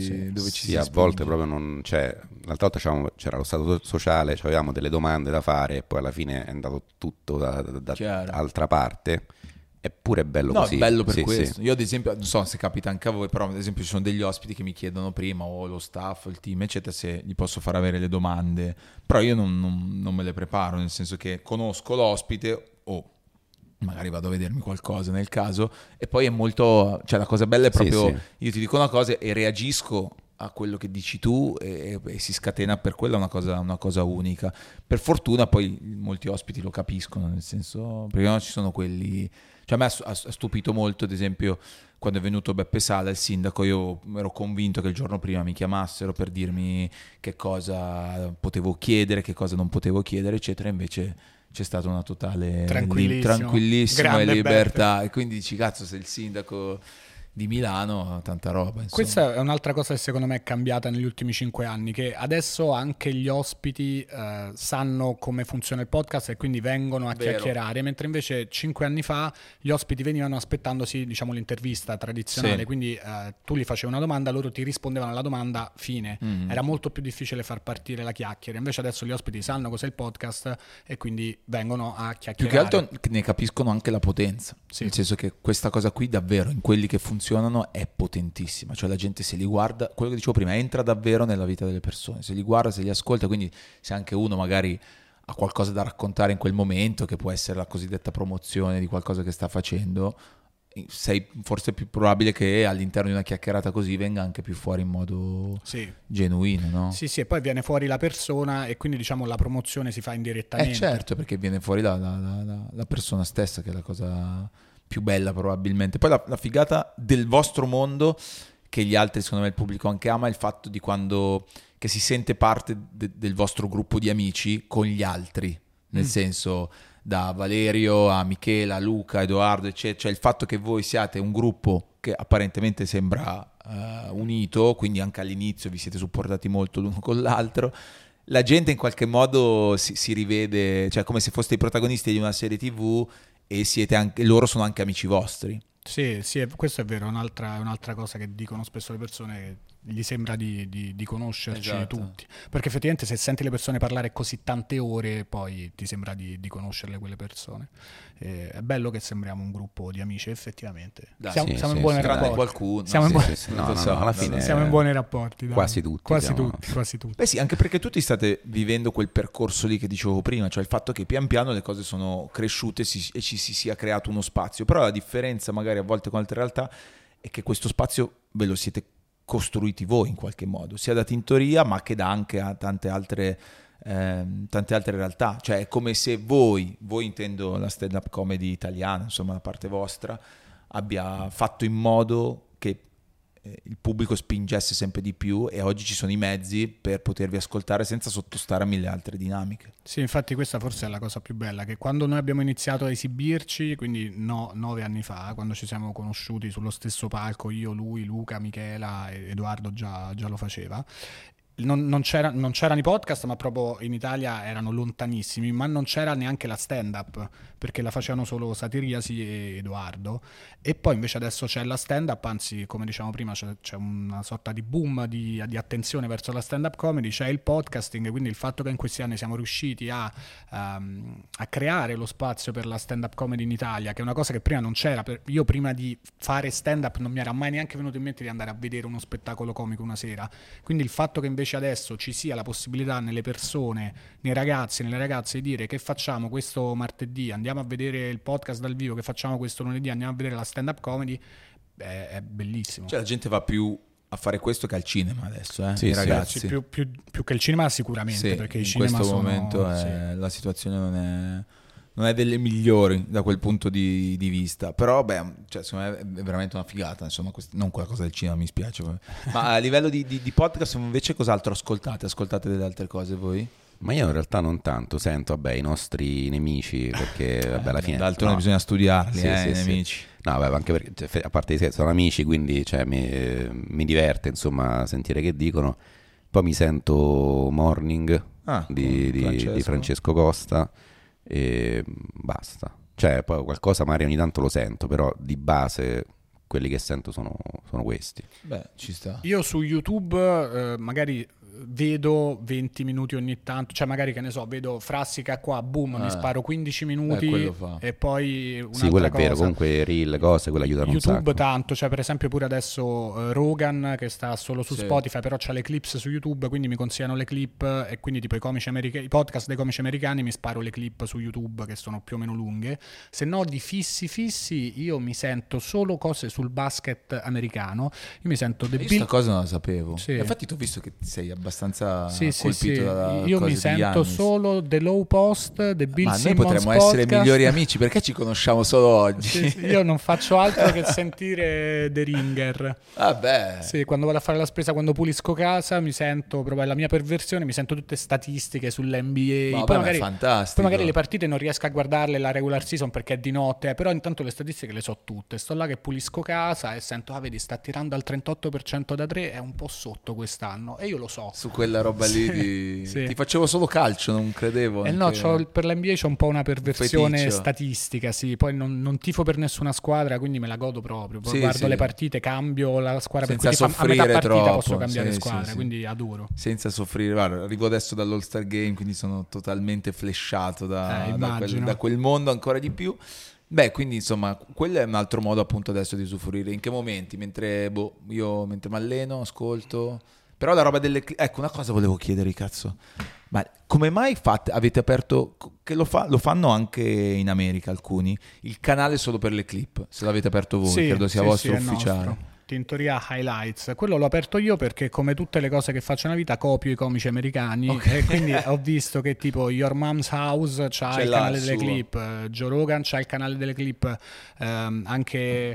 si a volte proprio non c'è. L'altra volta c'era lo stato sociale, avevamo delle domande da fare e poi alla fine è andato tutto da altra parte. Eppure è bello così. No, è bello per questo. Io ad esempio, non so se capita anche a voi, però ad esempio ci sono degli ospiti che mi chiedono prima, o lo staff, il team, eccetera, se gli posso far avere le domande. Però io non me le preparo, nel senso che conosco l'ospite o magari vado a vedermi qualcosa nel caso, e poi è molto... Cioè la cosa bella è proprio... Io ti dico una cosa e reagisco a quello che dici tu e si scatena per quella una cosa unica. Per fortuna poi molti ospiti lo capiscono, nel senso, perché no, ci sono quelli... Cioè a me ha stupito molto, ad esempio, quando è venuto Beppe Sala, il sindaco, io ero convinto che il giorno prima mi chiamassero per dirmi che cosa potevo chiedere, che cosa non potevo chiedere, eccetera. Invece c'è stata una totale tranquillissima e libertà. Beppe. E quindi dici, cazzo, se il sindaco di Milano, tanta roba, insomma. Questa è un'altra cosa che secondo me è cambiata negli ultimi 5 anni, che adesso anche gli ospiti sanno come funziona il podcast e quindi vengono a chiacchierare, mentre invece 5 anni fa gli ospiti venivano aspettandosi, diciamo, l'intervista tradizionale, quindi tu gli facevi una domanda, loro ti rispondevano alla domanda, fine. Era molto più difficile far partire la chiacchiera, invece adesso gli ospiti sanno cos'è il podcast e quindi vengono a chiacchierare. Più che altro ne capiscono anche la potenza, nel senso che questa cosa qui davvero in quelli che funzionano è potentissima, cioè la gente se li guarda, quello che dicevo prima, entra davvero nella vita delle persone, se li guarda, se li ascolta, quindi se anche uno magari ha qualcosa da raccontare in quel momento, che può essere la cosiddetta promozione di qualcosa che sta facendo, sei forse più probabile che all'interno di una chiacchierata così venga anche più fuori in modo genuino, no? Sì, e poi viene fuori la persona e quindi diciamo la promozione si fa indirettamente. Certo, perché viene fuori la persona stessa, che è la cosa più bella probabilmente. Poi la figata del vostro mondo, che gli altri, secondo me il pubblico anche ama, è il fatto di quando che si sente parte del vostro gruppo di amici con gli altri, nel senso da Valerio a Michela, Luca, Edoardo, eccetera, cioè il fatto che voi siate un gruppo che apparentemente sembra unito, quindi anche all'inizio vi siete supportati molto l'uno con l'altro, la gente in qualche modo si rivede, cioè come se foste i protagonisti di una serie TV e siete anche, loro sono anche amici vostri. Sì, questo è vero, è un'altra cosa che dicono spesso le persone, che gli sembra di conoscerci Esatto. tutti, perché effettivamente se senti le persone parlare così tante ore poi ti sembra di conoscerle quelle persone. È bello che sembriamo un gruppo di amici, effettivamente. Dai, Siamo, sì, siamo sì, in buoni sì, rapporti. Tranne qualcuno. Siamo in sì, buoni- sì, No, lo no, so, no, alla lo fine- so. Siamo in buoni rapporti, dai. Quasi tutti Quasi siamo- tutti. Beh sì, anche perché tutti state vivendo quel percorso lì che dicevo prima, cioè il fatto che pian piano le cose sono cresciute e ci si sia creato uno spazio, però la differenza magari a volte con altre realtà è che questo spazio ve lo siete costruiti voi in qualche modo, sia da Tintoria ma che da anche a tante altre realtà, cioè è come se voi intendo la stand up comedy italiana, insomma la parte vostra, abbia fatto in modo che il pubblico spingesse sempre di più e oggi ci sono i mezzi per potervi ascoltare senza sottostare a mille altre dinamiche. Sì, infatti questa forse è la cosa più bella, che quando noi abbiamo iniziato a esibirci, quindi 9 anni fa, quando ci siamo conosciuti sullo stesso palco, io, lui, Luca, Michela, Edoardo già lo faceva, non c'erano i podcast, ma proprio in Italia erano lontanissimi, ma non c'era neanche la stand-up, perché la facevano solo Satiriasi e Edoardo, e poi invece adesso c'è la stand-up, anzi come diciamo prima c'è una sorta di boom di attenzione verso la stand-up comedy, c'è il podcasting, quindi il fatto che in questi anni siamo riusciti a creare lo spazio per la stand-up comedy in Italia, che è una cosa che prima non c'era. Io prima di fare stand-up non mi era mai neanche venuto in mente di andare a vedere uno spettacolo comico una sera, quindi il fatto che invece adesso ci sia la possibilità nelle persone, nei ragazzi, nelle ragazze, di dire che facciamo questo martedì, andiamo a vedere il podcast dal vivo, che facciamo questo lunedì, andiamo a vedere la stand-up comedy, è bellissimo. Cioè la gente va più a fare questo che al cinema adesso, Sì, i sì. ragazzi. Sì, più che il cinema sicuramente, Sì, perché i in cinema questo sono, momento la situazione non è delle migliori da quel punto di vista, però beh, cioè, secondo me è veramente una figata, insomma, non quella cosa del cinema, mi spiace, ma a livello di podcast invece cos'altro ascoltate delle altre cose voi? Ma io in realtà non tanto, sento vabbè, i nostri nemici, perché vabbè, alla fine... D'altro no. bisogna studiarli, Sì, i sì, sì. nemici. No, vabbè, anche perché cioè, a parte di sé sono amici, quindi cioè, mi diverte insomma sentire che dicono. Poi mi sento Morning di Francesco Costa e basta. Cioè poi qualcosa magari ogni tanto lo sento, però di base quelli che sento sono questi. Beh, ci sta. Io su YouTube magari vedo 20 minuti ogni tanto, cioè magari che ne so, vedo Frassica qua, boom, mi sparo 15 minuti quello fa. e poi un'altra Sì, quello è cosa. vero, comunque reel, cose, quello aiutano un YouTube sacco. tanto, cioè per esempio pure adesso Rogan che sta solo su Sì. Spotify, però c'ha le clips su YouTube, quindi mi consigliano le clip e quindi tipo i podcast dei comici americani mi sparo le clip su YouTube che sono più o meno lunghe. Se no di fissi io mi sento solo cose sul basket americano. Io mi sento Io questa cosa non la sapevo. Sì. Infatti tu ho visto che sei abbastanza sì, colpito da io cose mi di sento Giannis. solo The Low Post, The Bill Ma noi Simmons potremmo podcast. essere migliori amici, perché ci conosciamo solo oggi? Sì, io non faccio altro che sentire The Ringer. Vabbè. Sì, quando vado a fare la spesa, quando pulisco casa, mi sento proprio la mia perversione, mi sento tutte statistiche sull'NBA. Ma Poi vabbè, ma è fantastico. poi magari le partite non riesco a guardarle la regular season perché è di notte, però intanto le statistiche le so tutte. Sto là che pulisco casa e sento, vedi, sta tirando al 38% da 3, è un po' sotto quest'anno e io lo so. Su quella roba lì Sì. ti facevo solo calcio, non credevo. No, anche- per l'NBA c'ho un po' una perversione feticcio. statistica, sì. Poi non tifo per nessuna squadra, quindi me la godo proprio. Poi Sì, guardo sì. le partite, cambio la squadra Senza per cui tifo, a soffrire metà partita troppo, posso cambiare sì, squadra, sì. quindi adoro. Senza soffrire, guarda, arrivo adesso dall'All-Star Game, quindi sono totalmente flashato da immagino. da quel mondo ancora di più. Beh, quindi insomma, quello è un altro modo appunto adesso di usufruire. In che momenti? Mentre io mentre mi alleno, ascolto. Però la roba delle... Ecco, una cosa volevo chiedere, cazzo. Ma come mai avete aperto, che lo fanno anche in America alcuni, il canale solo per le clip? Se l'avete aperto voi, Sì, credo sia sì, vostro sì, è ufficiale. nostro. Tintoria Highlights, quello l'ho aperto io perché come tutte le cose che faccio nella vita copio i comici americani e quindi ho visto che tipo Your Mom's House c'ha C'è il là canale il delle suo. clip, Joe Rogan c'ha il canale delle clip, anche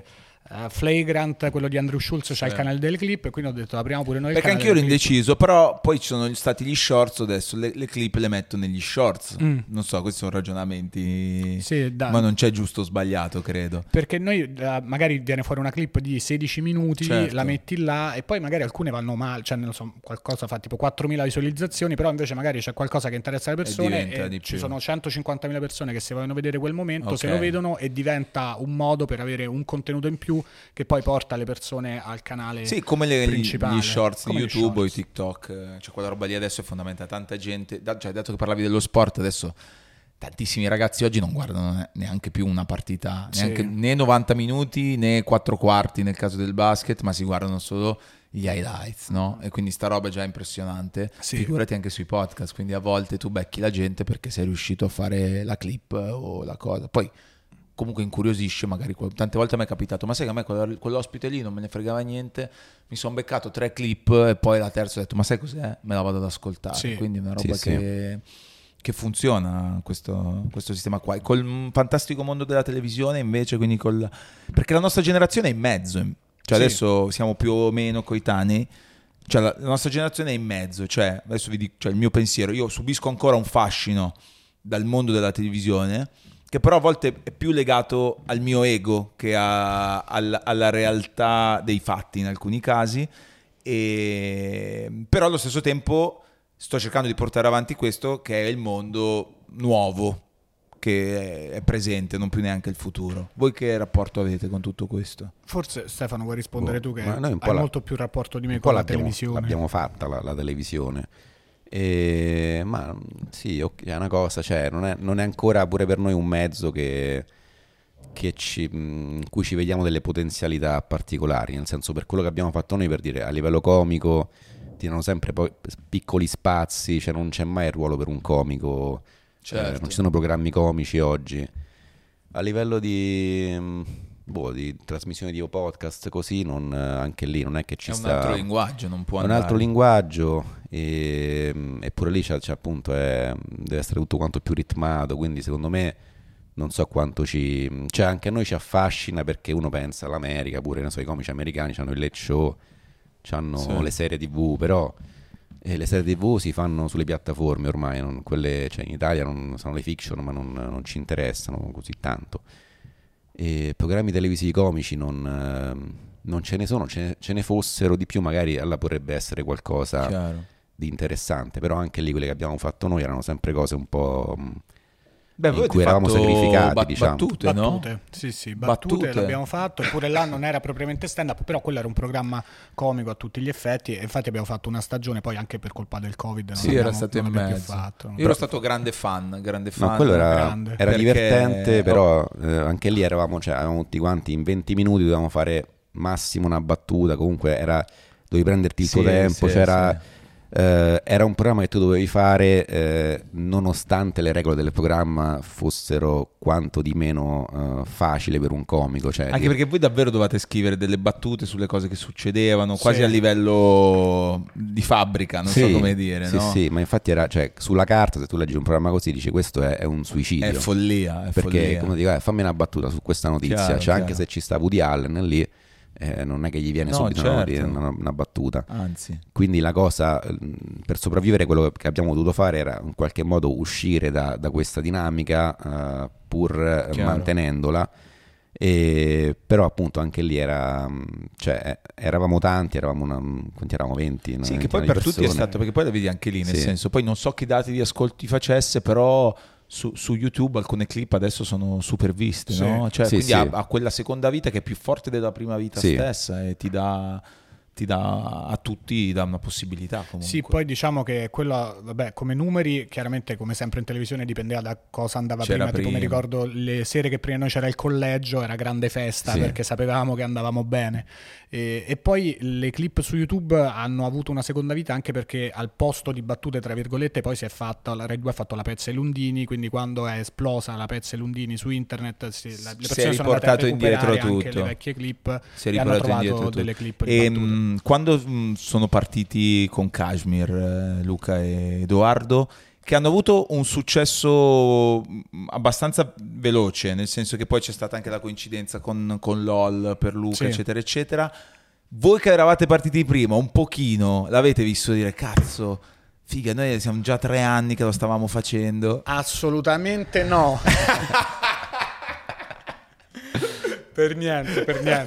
Flagrant, quello di Andrew Schulz, c'ha il canale delle clip, e quindi ho detto apriamo pure noi il Perché canale anch'io ero delle clip. indeciso, però poi ci sono stati gli shorts, adesso le clip le metto negli shorts. Non so, questi sono ragionamenti, Sì, ma non c'è giusto o sbagliato, credo. Perché noi magari viene fuori una clip di 16 minuti, Certo. la metti là e poi magari alcune vanno male, cioè non so, qualcosa fa tipo 4.000 visualizzazioni, però invece magari c'è qualcosa che interessa le persone diventa e di ci più. sono 150.000 persone che si vogliono vedere quel momento, se Ok. lo vedono, e diventa un modo per avere un contenuto in più che poi porta le persone al canale Sì, come principale. gli shorts Come di gli YouTube o i shorts. TikTok, cioè quella roba lì adesso è fondamentale. Tanta gente, cioè dato che parlavi dello sport, adesso tantissimi ragazzi oggi non guardano neanche più una partita, Sì. neanche, né 90 minuti né 4 quarti nel caso del basket, ma si guardano solo gli highlights, no? E quindi sta roba è già impressionante. Sì. Figurati anche sui podcast, quindi a volte tu becchi la gente perché sei riuscito a fare la clip o la cosa. Poi comunque incuriosisce, magari tante volte mi è capitato, ma sai che a me quell'ospite lì non me ne fregava niente, mi sono beccato 3 clip e poi la terza ho detto ma sai cos'è? Me la vado ad ascoltare. Sì. Quindi è una roba Sì, che funziona questo sistema qua. E col fantastico mondo della televisione invece, quindi perché la nostra generazione è in mezzo, cioè Sì. adesso siamo più o meno coetanei. Cioè la nostra generazione è in mezzo, cioè adesso vi dico, cioè il mio pensiero, io subisco ancora un fascino dal mondo della televisione che però a volte è più legato al mio ego che alla realtà dei fatti in alcuni casi, però allo stesso tempo sto cercando di portare avanti questo che è il mondo nuovo che è presente, non più neanche il futuro. Voi che rapporto avete con tutto questo? Forse Stefano vuoi rispondere tu che Ma noi un po' hai molto più rapporto di me un po' con la televisione. l'abbiamo fatta la televisione. Ma sì, è una cosa, cioè, non è ancora pure per noi un mezzo in cui ci vediamo delle potenzialità particolari, nel senso, per quello che abbiamo fatto noi, per dire, a livello comico tirano sempre poi piccoli spazi, cioè non c'è mai il ruolo per un comico, Certo. non ci sono programmi comici oggi. A livello di trasmissione di podcast così, anche lì non è che ci È un sta... altro linguaggio, non può È un andare. altro linguaggio, eppure lì c'è appunto deve essere tutto quanto più ritmato, quindi secondo me non so quanto cioè anche a noi ci affascina, perché uno pensa all'America, pure i comici americani hanno il late show, hanno Sì. le serie TV, però le serie TV si fanno sulle piattaforme ormai, quelle, cioè in Italia sono le fiction, ma non ci interessano così tanto. E programmi televisivi comici non ce ne sono, ce ne fossero di più magari allora potrebbe essere qualcosa Chiaro. di interessante, però anche lì quelle che abbiamo fatto noi erano sempre cose un po' Beh, in voi cui avete eravamo fatto sacrificati, diciamo. battute, no? Battute, sì, battute l'abbiamo fatto, eppure là non era propriamente stand-up, però quello era un programma comico a tutti gli effetti, e infatti abbiamo fatto una stagione, poi anche per colpa del Covid Sì, era stato in non l'abbiamo più mezzo. fatto. Io ero stato grande fan. No, quello grande. era Perché- divertente, però anche lì avevamo tutti quanti in 20 minuti dovevamo fare massimo una battuta, comunque dovevi prenderti il tuo Sì, tempo, sì, era un programma che tu dovevi fare nonostante le regole del programma fossero quanto di meno facile per un comico, cioè, Anche perché voi davvero dovete scrivere delle battute sulle cose che succedevano, quasi Sì. a livello di fabbrica, non so come dire, sì, no? sì, ma infatti era, cioè, sulla carta, se tu leggi un programma così dici questo è un suicidio, È follia, è perché follia. come dico, fammi una battuta su questa notizia, Chiaro, cioè, anche chiaro. se ci sta Woody Allen lì, non è che gli viene No, subito certo. una battuta. Anzi, Quindi la cosa, per sopravvivere, quello che abbiamo dovuto fare era in qualche modo uscire da questa dinamica, pur Chiaro. mantenendola. Però appunto anche lì eravamo tanti, quanti eravamo? 20? sì, una che poi ventina per di tutti è persone. stato, perché poi la vedi anche lì, nel Sì. senso, poi non so che dati di ascolti facesse, però su YouTube alcune clip adesso sono super viste, Sì. no? Cioè, Sì, quindi sì. ha quella seconda vita che è più forte della prima vita Sì. stessa e ti dà a tutti dà una possibilità comunque. Sì, poi diciamo che quello, vabbè, come numeri, chiaramente come sempre in televisione dipendeva da cosa andava C'era prima. Tipo mi prima. ricordo le sere che prima noi c'era il collegio, era grande festa, Sì. perché sapevamo che andavamo bene. E poi le clip su YouTube hanno avuto una seconda vita anche perché al posto di battute tra virgolette poi si è fatta, la Rai 2 ha fatto la Pezza e Lundini, quindi quando è esplosa la Pezza e Lundini su internet le Si è persone sono andate a riportato indietro recuperare anche tutto. le vecchie clip Si è e hanno riportato trovato indietro delle tutto. clip di E battute. quando sono partiti con Kashmir, Luca e Edoardo, che hanno avuto un successo abbastanza veloce, nel senso che poi c'è stata anche la coincidenza con LOL per Luca, Sì. eccetera, eccetera. Voi che eravate partiti prima, un pochino, l'avete visto dire, cazzo, figa, noi siamo già 3 anni che lo stavamo facendo. Assolutamente no. Per niente.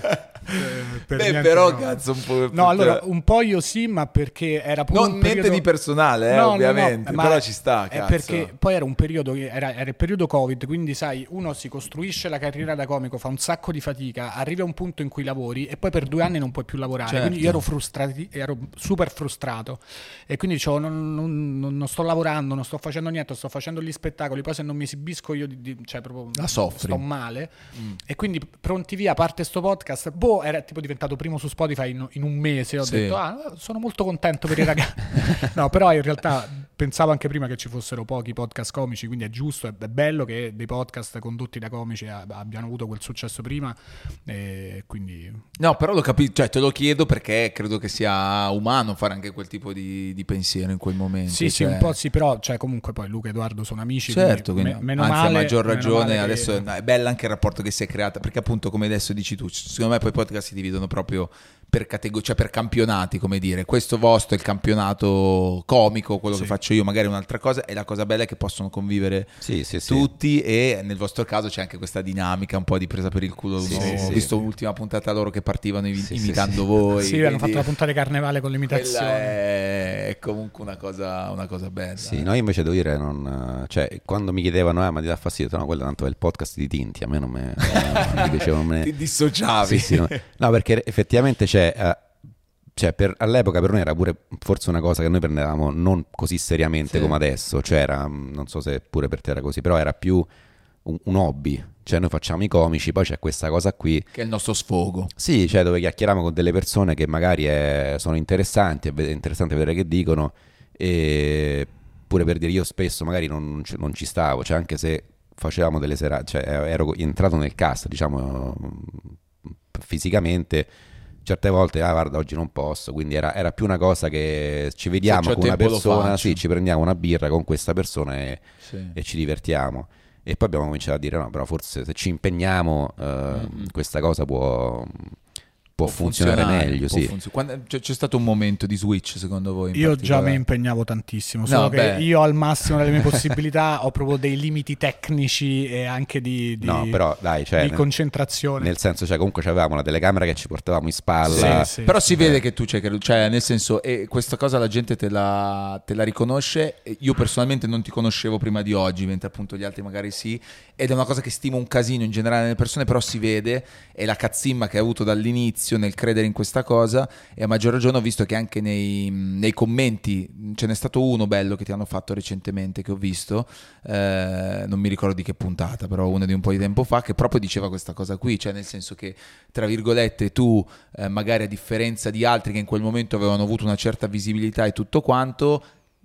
Per Beh, niente però no. cazzo un po'. No, allora un po' io sì, ma perché era pure Non un niente periodo... di personale, No, ovviamente, ma però ci sta, è cazzo. perché poi era un periodo che era il periodo Covid, quindi sai, uno si costruisce la carriera da comico, fa un sacco di fatica, arriva a un punto in cui lavori e poi per 2 anni non puoi più lavorare. Certo. Quindi io ero super frustrato e quindi dicevo non sto lavorando, non sto facendo niente, sto facendo gli spettacoli, poi se non mi esibisco io cioè proprio La soffri. sto male. E quindi pronti via, parte sto podcast, era tipo diventato primo su Spotify in un mese. Ho Sì. detto sono molto contento per i ragazzi. No, però in realtà pensavo anche prima che ci fossero pochi podcast comici, quindi è giusto, è bello che dei podcast condotti da comici abbiano avuto quel successo prima, e quindi No, però lo capisco, cioè te lo chiedo perché credo che sia umano fare anche quel tipo di pensiero in quel momento. sì, cioè. un po' sì, però cioè, comunque poi Luca e Edoardo sono amici, Certo, quindi quindi, meno anzi male, a maggior meno ragione male che- adesso è bella anche il rapporto che si è creato, perché appunto come adesso dici tu, secondo me poi i podcast si dividono proprio per cioè per campionati, come dire, questo vostro è il campionato comico, quello Sì. che faccio io magari è un'altra cosa, e la cosa bella è che possono convivere Sì. tutti, e nel vostro caso c'è anche questa dinamica un po' di presa per il culo. Sì, Ho sì. visto l'ultima puntata loro che partivano Sì, imitando voi. Sì, hanno fatto quindi la puntata di carnevale con quella l'imitazione. è comunque una cosa bella. Sì, no, io invece devo dire, cioè, quando mi chiedevano, ma ti dà fastidio? No, quello tanto è il podcast di Tinti, a me non mi piaceva. Ti dissociavi. Sì, no, perché effettivamente all'epoca per noi era pure forse una cosa che noi prendevamo non così seriamente Sì. come adesso, cioè non so se pure per te era così, però era più un hobby, cioè noi facciamo i comici, poi c'è questa cosa qui. Che è il nostro sfogo. Sì, cioè dove chiacchieriamo con delle persone che magari sono interessanti, è interessante vedere che dicono, e pure per dire io spesso magari non ci stavo, cioè anche se facevamo delle serate, cioè ero entrato nel cast, diciamo, fisicamente, certe volte, guarda, oggi non posso, quindi era più una cosa che ci vediamo Se c'ho con una tempo lo persona, faccio. sì, ci prendiamo una birra con questa persona Sì. e ci divertiamo. E poi abbiamo cominciato a dire no, però forse se ci impegniamo questa cosa può funzionare meglio, può sì. c'è stato un momento di switch secondo voi? in Io già particolare? mi impegnavo tantissimo, No, solo che beh. io al massimo delle mie possibilità ho proprio dei limiti tecnici e anche di No, però dai, cioè, di concentrazione. nel senso, cioè comunque avevamo una telecamera che ci portavamo in spalla. Sì, Però si vede che tu c'hai creduto, cioè nel senso, e questa cosa la gente te la riconosce. E io personalmente non ti conoscevo prima di oggi, mentre appunto gli altri magari sì, ed è una cosa che stimo un casino in generale nelle persone, però si vede, e la cazzimma che hai avuto dall'inizio nel credere in questa cosa, e a maggior ragione ho visto che anche nei commenti ce n'è stato uno bello che ti hanno fatto recentemente, che ho visto, non mi ricordo di che puntata, però una di un po' di tempo fa, che proprio diceva questa cosa qui, cioè nel senso che tra virgolette tu magari a differenza di altri che in quel momento avevano avuto una certa visibilità e tutto quanto,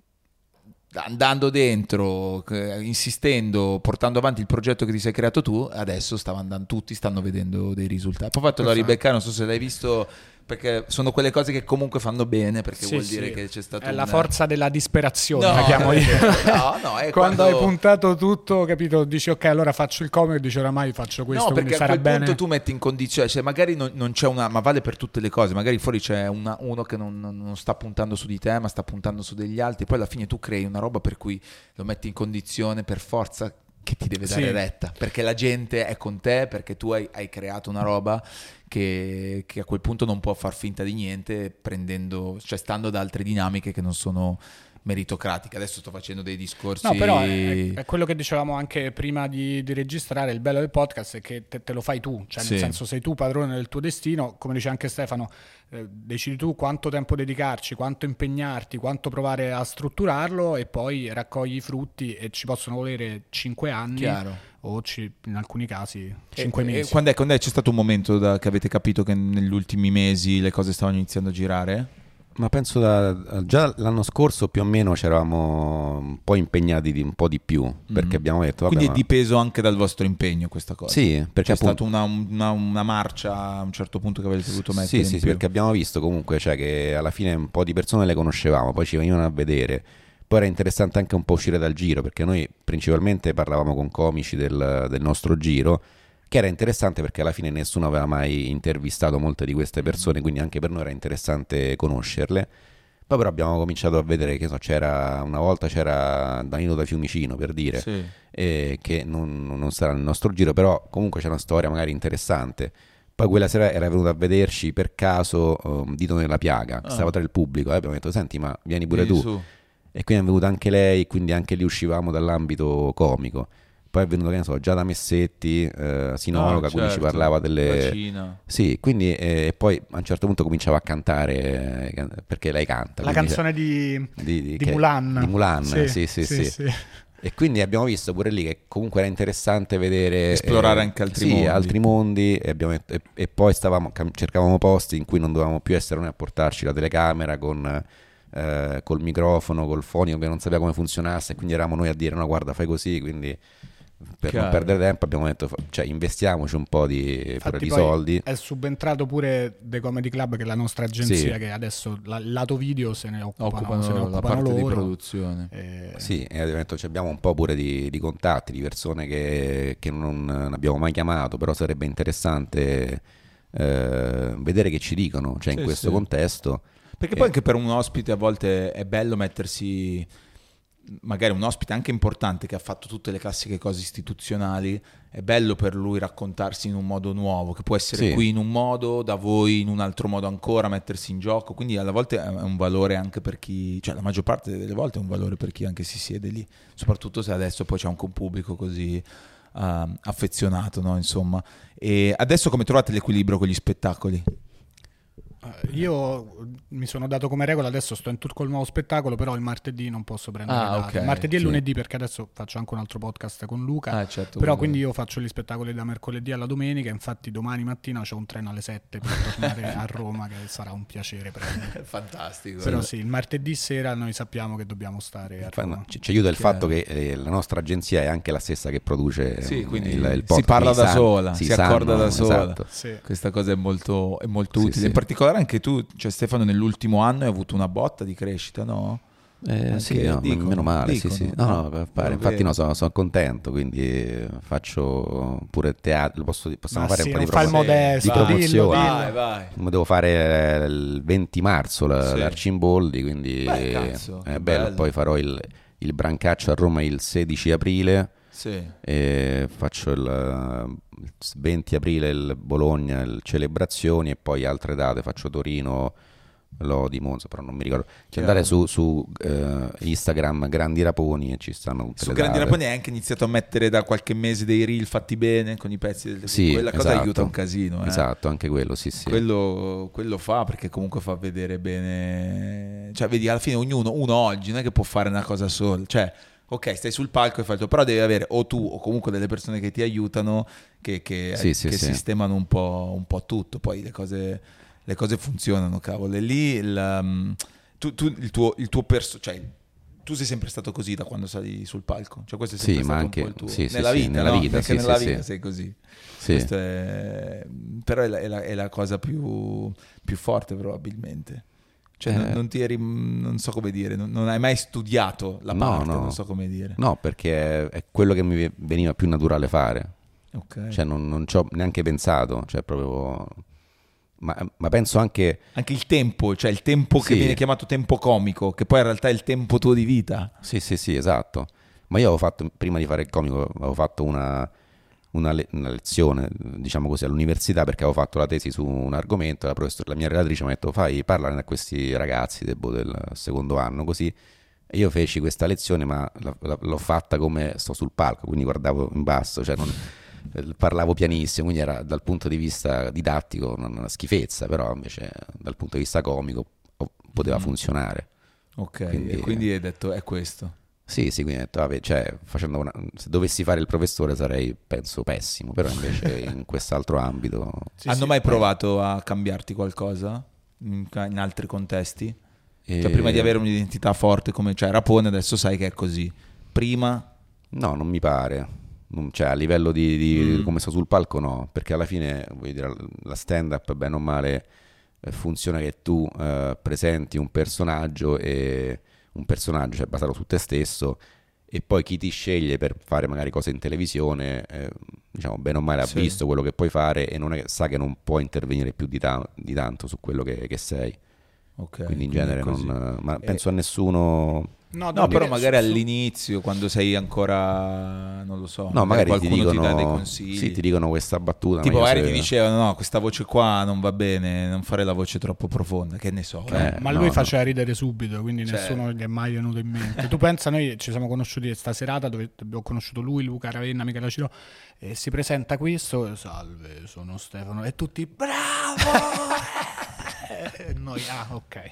andando dentro, insistendo, portando avanti il progetto che ti sei creato tu, adesso tutti stanno vedendo dei risultati. Poi fatto la Rebecca, non so se l'hai visto, perché sono quelle cose che comunque fanno bene, perché Sì, vuol sì. dire che c'è stato È la forza della disperazione, la No, chiamo io. no, è quando hai puntato tutto, capito, dici ok, allora faccio il comico, dici oramai faccio questo, No, quindi perché a sarà quel bene. punto tu metti in condizione, cioè magari non c'è una, ma vale per tutte le cose, magari fuori c'è uno che non sta puntando su di te, ma sta puntando su degli altri, poi alla fine tu crei una roba per cui lo metti in condizione per forza che ti deve dare Sì. retta, perché la gente è con te, perché tu hai creato una roba che a quel punto non può far finta di niente, cioè stando da altre dinamiche che non sono meritocratiche. Adesso sto facendo dei discorsi. No, però è quello che dicevamo anche prima di registrare. Il bello del podcast è che te lo fai tu, cioè Sì. nel senso sei tu padrone del tuo destino, come dice anche Stefano, decidi tu quanto tempo dedicarci, quanto impegnarti, quanto provare a strutturarlo, e poi raccogli i frutti, e ci possono volere 5 anni Chiaro. o in alcuni casi 5 mesi. Quando c'è stato un momento che avete capito che negli ultimi mesi le cose stavano iniziando a girare? Ma penso già l'anno scorso più o meno ci eravamo un po' impegnati un po' di più, perché abbiamo detto vabbè, Quindi è dipeso anche dal vostro impegno questa cosa? sì, perché C'è appunto, stata una marcia a un certo punto che avete dovuto mettere sì, in più. perché abbiamo visto comunque, cioè, che alla fine un po' di persone le conoscevamo, poi ci venivano a vedere, Poi era interessante anche un po' uscire dal giro, perché noi principalmente parlavamo con comici del nostro giro, che era interessante perché alla fine nessuno aveva mai intervistato molte di queste persone, quindi anche per noi era interessante conoscerle. Poi però abbiamo cominciato a vedere che una volta c'era Danilo da Fiumicino, per dire, Sì. che non sarà nel nostro giro, però comunque c'è una storia magari interessante. Poi quella sera era venuto a vederci per caso Dito nella piaga, che stava tra il pubblico, e abbiamo detto senti ma vieni pure Vieni tu. su. E quindi è venuta anche lei, quindi anche lì uscivamo dall'ambito comico. Poi è venuto, che ne so, Giada Messetti, sinologa, quindi ci certo, parlava delle... Bacina. Sì, quindi poi a un certo punto cominciava a cantare, perché lei canta. La quindi canzone di che- Mulan. Di Mulan, sì. E quindi abbiamo visto pure lì che comunque era interessante vedere... Esplorare anche altri mondi. altri mondi, e poi cercavamo posti in cui non dovevamo più essere noi a portarci la telecamera col microfono, col fonico che non sapeva come funzionasse, quindi eravamo noi a dire no guarda fai così, quindi per non Chiaro. perdere tempo abbiamo detto cioè investiamoci un po' pure Infatti di poi soldi. è subentrato pure The Comedy Club, che è la nostra agenzia, Sì. che adesso lato video se ne occupano La parte di loro. produzione. Sì, e abbiamo detto abbiamo un po' pure di contatti, di persone che non abbiamo mai chiamato, però sarebbe interessante vedere che ci dicono, cioè Sì, in questo sì. contesto. Perché poi anche per un ospite a volte è bello mettersi, magari un ospite anche importante che ha fatto tutte le classiche cose istituzionali, è bello per lui raccontarsi in un modo nuovo, che può essere Sì. qui in un modo, da voi in un altro modo ancora, mettersi in gioco, quindi alla volte è un valore anche per chi, cioè la maggior parte delle volte è un valore per chi anche si siede lì, soprattutto se adesso poi c'è anche un pubblico così affezionato, no? Insomma. E adesso come trovate l'equilibrio con gli spettacoli? Io mi sono dato come regola, adesso sto in tour col nuovo spettacolo, però il martedì non posso prendere date. ok, Martedì e sì. lunedì, perché adesso faccio anche un altro podcast con Luca. Certo, Però quindi io faccio gli spettacoli da mercoledì alla domenica, infatti domani mattina c'è un treno alle 7 per tornare a Roma, che sarà un piacere prendere. fantastico. Però sì, il martedì sera noi sappiamo che dobbiamo stare a Roma. Ci aiuta il Chiaro. fatto che la nostra agenzia è anche la stessa che produce Sì, quindi il si podcast, parla quindi da sola, si accorda da sola. esatto. Sì. Questa cosa è molto Sì, utile. sì. In particolare anche tu, cioè Stefano, nell'ultimo anno hai avuto una botta di crescita, no? Sì, Anche no, dicono, meno male, sì, dicono, sì. No, no? pare. Lo Infatti vedo. sono contento, quindi faccio pure teatro, possiamo Ma fare sì, un po' non di fa il modesto, di promozione. Vai, vai. Come devo fare il 20 marzo Sì. l'Arcimboldi, quindi Beh, cazzo, è che bello. bello. Poi farò il Brancaccio a Roma il 16 aprile, Sì. e faccio il 20 aprile il Bologna, il Celebrazioni, e poi altre date, faccio Torino, Lodi, Monza, però non mi ricordo. C'è andare su Instagram Grandi Raponi e ci stanno tutte Su le Grandi date. Raponi hai anche iniziato a mettere da qualche mese dei reel fatti bene con i pezzi del Sì, quella cosa esatto. aiuta un casino, eh. Esatto, anche quello, sì. Quello fa, perché comunque fa vedere bene, cioè vedi alla fine uno oggi non è che può fare una cosa sola, cioè ok stai sul palco e fai il tuo, però devi avere o tu o comunque delle persone che ti aiutano che Sì, sì. sistemano un po' tutto, poi le cose funzionano, cavolo. E lì il tuo cioè tu sei sempre stato così da quando sali sul palco, cioè questo è sempre Sì, stato ma un po' anche il tuo sì, nella vita, nella no? vita, Anche sì, nella sì, vita sì. sei così. Sì. Questo però è la cosa più forte probabilmente. Cioè non ti eri, non so come dire, non hai mai studiato la parte, non so come dire. No, perché è quello che mi veniva più naturale fare. Ok. Cioè non ci ho neanche pensato, cioè proprio... Ma penso anche... Anche il tempo, cioè il tempo che Sì. viene chiamato tempo comico, che poi in realtà è il tempo tuo di vita. Sì, esatto. Ma io avevo fatto, prima di fare il comico, avevo fatto una lezione, diciamo così, all'università, perché avevo fatto la tesi su un argomento, la mia relatrice mi ha detto parla a questi ragazzi del secondo anno, così. E io feci questa lezione, ma l'ho fatta come sto sul palco, quindi guardavo in basso, cioè parlavo pianissimo, quindi era dal punto di vista didattico una schifezza, però invece dal punto di vista comico poteva funzionare. Ok, Quindi- e quindi hai detto è questo. Sì, quindi ho detto, vabbè, cioè, se dovessi fare il professore sarei, penso, pessimo, però invece in quest'altro ambito... Sì, Hanno sì. mai provato a cambiarti qualcosa in altri contesti? Cioè E- prima di avere un'identità forte come cioè Rapone, adesso sai che è così. Prima No, non mi pare. Cioè, a livello di come sto sul palco, no, perché alla fine, voglio dire, la stand-up, bene o male, funziona che tu presenti un personaggio e un personaggio, cioè basato su te stesso, e poi chi ti sceglie per fare magari cose in televisione, diciamo bene o male ha visto quello che puoi fare e sa che non può intervenire più di tanto su quello che sei. Okay, quindi in genere ma penso a nessuno. No, però magari all'inizio, quando sei ancora, non lo so, No, magari ti qualcuno dicono, ti dà dei consigli. sì, ti dicono questa battuta. Tipo ma io magari ti dicevano no, questa voce qua non va bene, non fare la voce troppo profonda, che ne so. Ma lui faceva ridere subito, quindi Cioè- nessuno gli è mai venuto in mente. Tu pensa, noi ci siamo conosciuti questa serata dove abbiamo conosciuto lui, Luca Ravenna, Michela Ciro, e si presenta questo, salve, sono Stefano, e tutti, bravo! E noi, ok.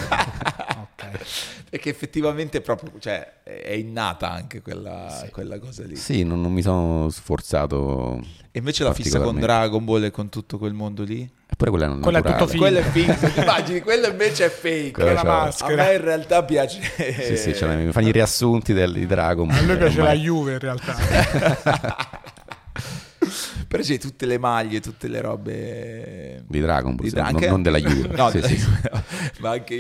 Perché effettivamente proprio, cioè, è innata anche quella cosa lì. Sì, non mi sono sforzato. E invece la fissa con Dragon Ball e con tutto quel mondo lì? Eppure quella non è Quello è naturale. tutto finto. Quello è finto, ti immagini? Quello invece è fake. Quello la c'è- A maschera. me in realtà piace. Sì, cioè, mi fanno i riassunti di Dragon. A lui piace la ormai. Juve in realtà. Però c'è tutte le maglie, tutte le robe Di Dragon Ball, Di sì, Dra- non della Juve. No, Sì, sì. ma anche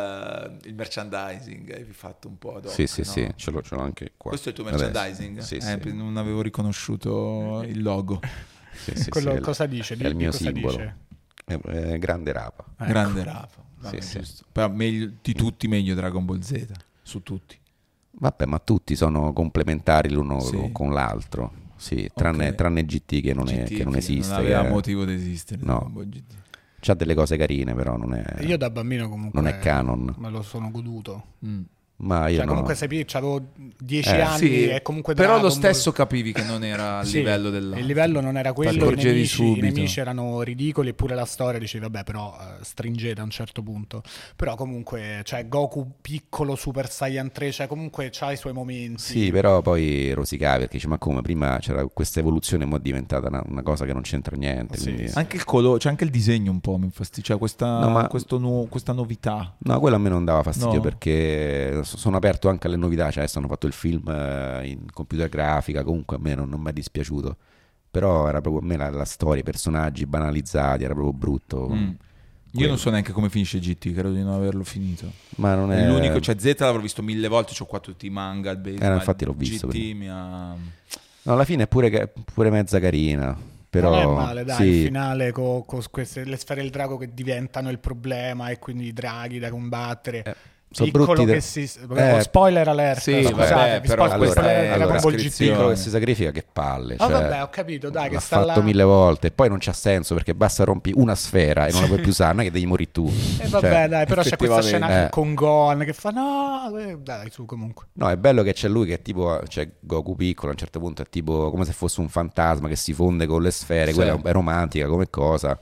il merchandising hai fatto un po' dopo. Sì, sì, no? sì, ce l'ho anche qua. Questo è il tuo Adesso. merchandising? Sì, sì. Non avevo riconosciuto il logo. Sì, sì, Quello sì, cosa dice? È il mio cosa simbolo. dice? È grande rapa. Grande Rafa. Sì, sì. Giusto. Però meglio, di tutti meglio Dragon Ball Z, su tutti. Vabbè, ma tutti sono complementari l'uno Sì. con l'altro. Sì, tranne Ok. GT che non GT, esiste. Non aveva che- motivo di esistere. No. Dragon Ball GT. C'ha delle cose carine, però non è. Io da bambino comunque Non è canon. me lo sono goduto. Ma io Cioè, no. comunque avevo 10 Eh, anni Sì, e comunque però Dragon lo Ball- stesso capivi che non era a Sì, livello dell'altro. il livello non era quello, i accorgevi nemici, subito. i nemici erano ridicoli, eppure la storia dicevi vabbè però stringete a un certo punto. Però comunque cioè Goku piccolo Super Saiyan 3, cioè comunque c'ha i suoi momenti. Sì, però poi rosicavi perché dici ma come prima c'era questa evoluzione e mo' è diventata una cosa che non c'entra niente. Sì, Quindi... Anche il colore, c'è anche il disegno un po' mi infastidia, cioè questa, No, ma- questa novità. No, quello a me non dava fastidio No. perché sono aperto anche alle novità, cioè adesso hanno fatto il film in computer grafica, comunque a me non mi è dispiaciuto, però era proprio a me la storia, i personaggi banalizzati, era proprio brutto. Io non so neanche come finisce GT, credo di non averlo finito. Ma non è... È l'unico, cioè Z l'avrò visto 1000 volte, c'ho qua tutti i manga, il base, ma infatti l'ho visto, GT quindi. mi ha... No, alla fine è pure mezza carina, però... Non è male, dai, sì. il finale con queste le sfere del drago che diventano il problema e quindi i draghi da combattere. Sono Piccolo brutti che si... spoiler alert, sì, scusate, vabbè, vi però spoiler allora, spoiler Dragon Ball descrizione. GT. Piccolo che si sacrifica, che palle. Ah, cioè, vabbè, ho capito, dai, che l'ha sta fatto là. 1000 volte e poi non c'ha senso perché basta rompi una sfera e non la puoi più usare, non è che devi morire tu. E vabbè, Cioè, dai, però c'è questa scena effettivamente. con Gohan che fa no, dai, su comunque. No, è bello che c'è lui che è tipo, cioè Goku piccolo a un certo punto è tipo come se fosse un fantasma che si fonde con le sfere, Sì. quella è romantica come cosa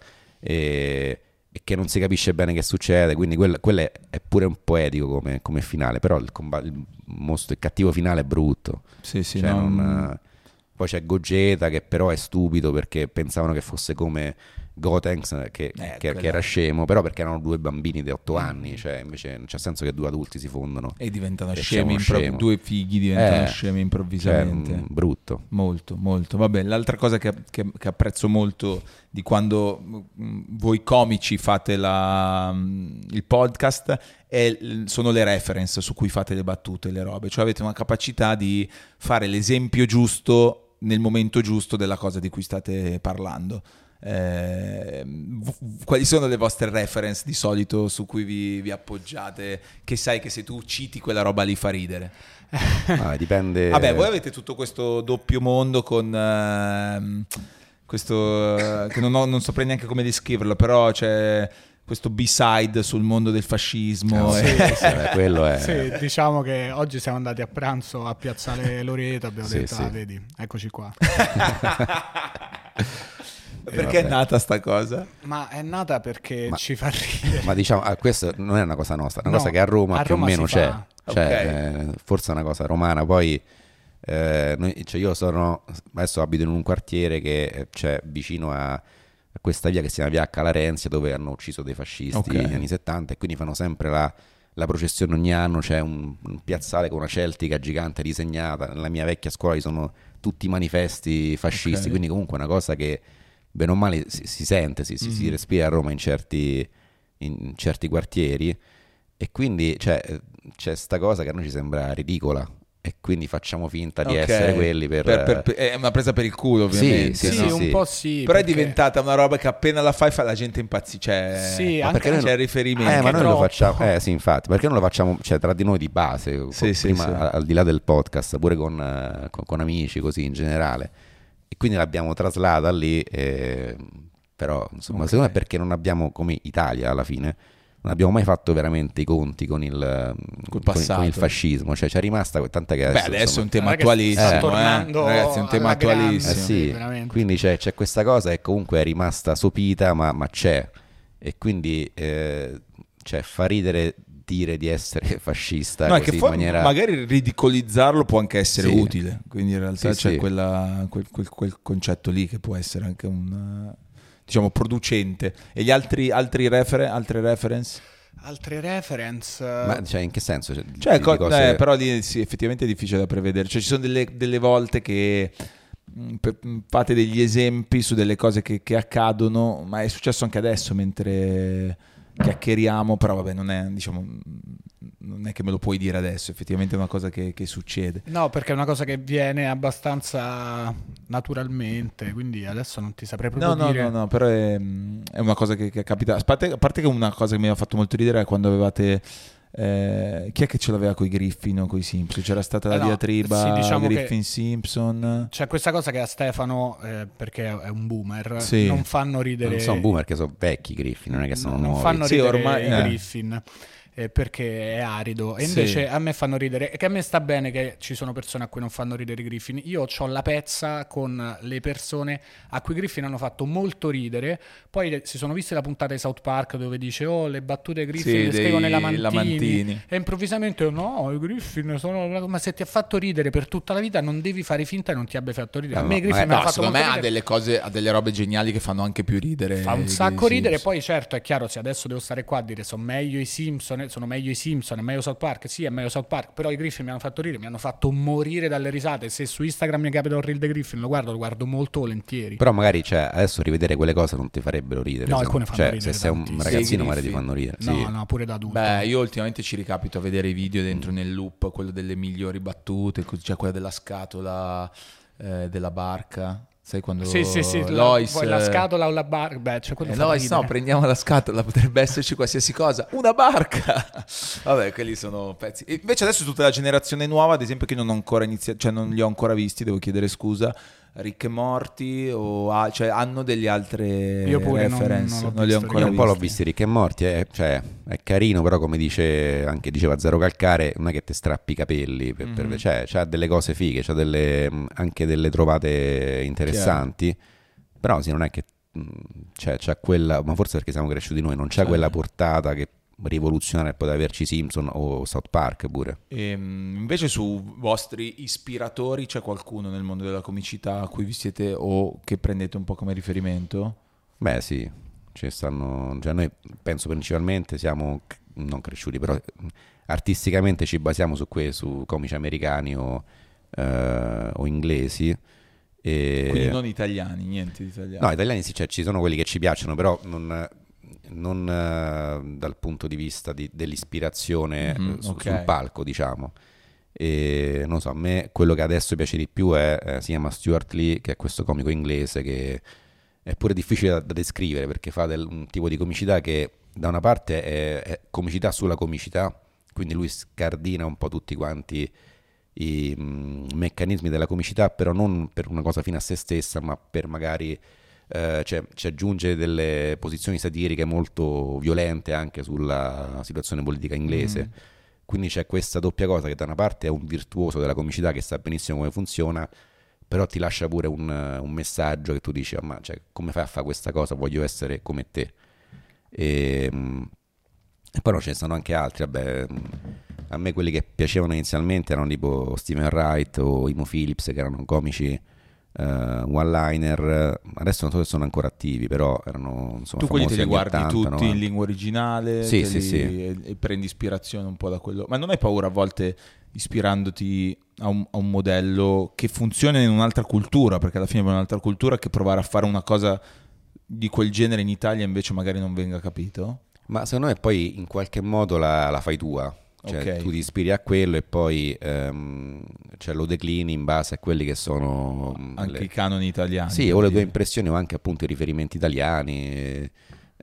e che non si capisce bene che succede, quindi quello è pure un poetico come finale, però il mostro, il cattivo finale è brutto. Sì, sì, Cioè, no, poi c'è Gogeta che però è stupido perché pensavano che fosse come Gotenks che quella- era scemo, però perché erano due bambini di 8 anni, cioè invece non c'è senso che due adulti si fondono. e diventano E c'è scemi, uno scemo. due figli diventano scemi Cioè, improvvisamente. brutto. Molto, molto. Vabbè, l'altra cosa che apprezzo molto di quando voi comici fate il podcast sono le reference su cui fate le battute, le robe. Cioè avete una capacità di fare l'esempio giusto nel momento giusto della cosa di cui state parlando. Quali sono le vostre reference di solito su cui vi appoggiate, che sai che se tu citi quella roba lì fa ridere? Dipende. Vabbè, voi avete tutto questo doppio mondo con questo che non saprei neanche come descriverlo, però c'è questo B-side sul mondo del fascismo. Sì, quello è. Sì, diciamo che oggi siamo andati a pranzo a Piazzale Loreto, abbiamo Sì, detto, sì. vedi, eccoci qua. Perché è nata sta cosa? Ma è nata perché ci fa ridere. Ma diciamo, questo non è una cosa nostra, è una No, cosa che a Roma a più Roma o meno si c'è. fa. Cioè, forse è una cosa romana. Poi cioè io adesso abito in un quartiere che c'è vicino a questa via che si chiama Via Calarenzia, dove hanno ucciso dei fascisti negli anni 70 e quindi fanno sempre la processione ogni anno. C'è un piazzale con una celtica gigante disegnata. Nella mia vecchia scuola ci sono tutti i manifesti fascisti, quindi comunque è una cosa che bene o male si sente, si respira a Roma in certi quartieri. E quindi c'è sta cosa che a noi ci sembra ridicola. E quindi facciamo finta di essere quelli è una presa per il culo, ovviamente. Sì, no? un po' sì. Però perché... è diventata una roba che appena la fai la gente impazzisce. Sì, Ma perché anche... noi c'è il riferimento. ma noi lo troppo. facciamo, sì, infatti, perché non lo facciamo, cioè, tra di noi di base, prima, sì. al di là del podcast, pure con amici, così in generale. E quindi l'abbiamo traslata lì, però insomma, secondo me perché non abbiamo, come Italia alla fine, non abbiamo mai fatto veramente i conti con il fascismo, cioè c'è rimasta tanta che adesso è un tema Ragazzi, attualissimo, sta tornando ragazzi, è un tema alla grande. attualissimo. sì, quindi c'è questa cosa e comunque è rimasta sopita, ma c'è, e quindi fa ridere dire di essere fascista, No, è così che in maniera... magari ridicolizzarlo può anche essere Sì. utile, quindi in realtà Sì, c'è sì. quel concetto lì che può essere anche un, diciamo, producente. E gli altre reference? Altre reference... Ma cioè, in che senso? Cioè, Di cose... però lì sì, effettivamente è difficile da prevedere. Cioè, ci sono delle volte che fate degli esempi su delle cose che accadono, ma è successo anche adesso mentre chiacchieriamo, però vabbè, non è che me lo puoi dire adesso, effettivamente è una cosa che succede. No, perché è una cosa che viene abbastanza naturalmente, quindi adesso non ti saprei proprio dire. No, però è una cosa che capita. A parte che una cosa che mi ha fatto molto ridere è quando avevate... chi è che ce l'aveva con i Griffin o con i Simpson? C'era stata la diatriba, sì, diciamo Griffin Simpson. C'è questa cosa che a Stefano, perché è un boomer, Sì. non fanno ridere. Non sono boomer, che sono vecchi Griffin, non è che sono non nuovi. fanno Sì, ridere ormai, i Griffin. Perché è arido, e Sì. invece a me fanno ridere, e che a me sta bene che ci sono persone a cui non fanno ridere i Griffin. Io ho la pezza con le persone a cui i Griffin hanno fatto molto ridere, poi si sono viste la puntata di South Park dove dice le battute Griffin Sì, le scrivono i dei lamantini, e improvvisamente no, i Griffin sono... Ma se ti ha fatto ridere per tutta la vita non devi fare finta che non ti abbia fatto ridere. A me i Griffin mi hanno fatto secondo molto me ha ridere. delle cose, ha delle robe geniali che fanno anche più ridere. Fa un di sacco ridere. Simpson. Poi certo è chiaro, se adesso devo stare qua a dire sono meglio i Simpson, è meglio South Park, sì, è meglio South Park, però i Griffin mi hanno fatto ridere, mi hanno fatto morire dalle risate. Se su Instagram mi capita un reel dei Griffin lo guardo molto volentieri. Però magari adesso rivedere quelle cose non ti farebbero ridere. No, alcune fanno ridere se sei un tantissimo. ragazzino Sì, magari ti Griffin. fanno ridere. No, Sì. no, pure da adulto. Beh, io ultimamente ci ricapito a vedere i video dentro nel loop, quello delle migliori battute, c'è quella della scatola, della barca. Sai quando Sì, Lois, poi la scatola o la barca, c'è quello fa Lois, ridere. no, prendiamo la scatola, potrebbe esserci qualsiasi cosa, una barca. Vabbè, quelli sono pezzi. E invece adesso tutta la generazione nuova, ad esempio, che non ho ancora iniziato, cioè non li ho ancora visti, devo chiedere scusa. Rick e Morty cioè hanno delle altre Io pure reference, non non li ho visto. ancora Io un po' l'ho visti. visto Rick e Morty, cioè, è carino, però come diceva Zero Calcare, non è che te strappi i capelli, cioè c'ha delle cose fighe, c'ha anche delle trovate interessanti, però sì, non è che c'ha quella, ma forse perché siamo cresciuti noi, non c'ha quella portata che rivoluzionaria poteva averci Simpson o South Park pure. Invece su vostri ispiratori c'è qualcuno nel mondo della comicità a cui vi siete o che prendete un po' come riferimento? Beh sì, ci stanno, cioè noi penso principalmente siamo non cresciuti, però artisticamente ci basiamo su comici americani o inglesi. Quindi non italiani, niente di italiano. No, italiani sì, cioè, ci sono quelli che ci piacciono, però non dal punto di vista dell'ispirazione sul palco, diciamo. E non so, a me quello che adesso piace di più si chiama Stuart Lee, che è questo comico inglese che è pure difficile da descrivere, perché fa un tipo di comicità che da una parte è comicità sulla comicità, quindi lui scardina un po' tutti quanti i meccanismi della comicità, però non per una cosa fine a se stessa, ma per magari ci aggiunge delle posizioni satiriche molto violente anche sulla situazione politica inglese. Quindi c'è questa doppia cosa, che da una parte è un virtuoso della comicità che sa benissimo come funziona, però ti lascia pure un messaggio che tu dici ma come fai a fare questa cosa, voglio essere come te. E poi ce ne sono anche altri, vabbè. A me quelli che piacevano inizialmente erano tipo Steven Wright o Imo Phillips, che erano comici one-liner. Adesso non so se sono ancora attivi, però erano, insomma, tu quelli te li anni guardi 80, tutti 90. in lingua originale, Sì, e prendi ispirazione un po' da quello. Ma non hai paura a volte, ispirandoti a un modello che funziona in un'altra cultura, perché alla fine è un'altra cultura, che provare a fare una cosa di quel genere in Italia invece magari non venga capito? Ma secondo me poi in qualche modo la fai tua. Cioè, Ok. tu ti ispiri a quello e poi cioè, lo declini in base a quelli che sono Anche i canoni italiani. sì, o le tue impressioni o anche appunto i riferimenti italiani,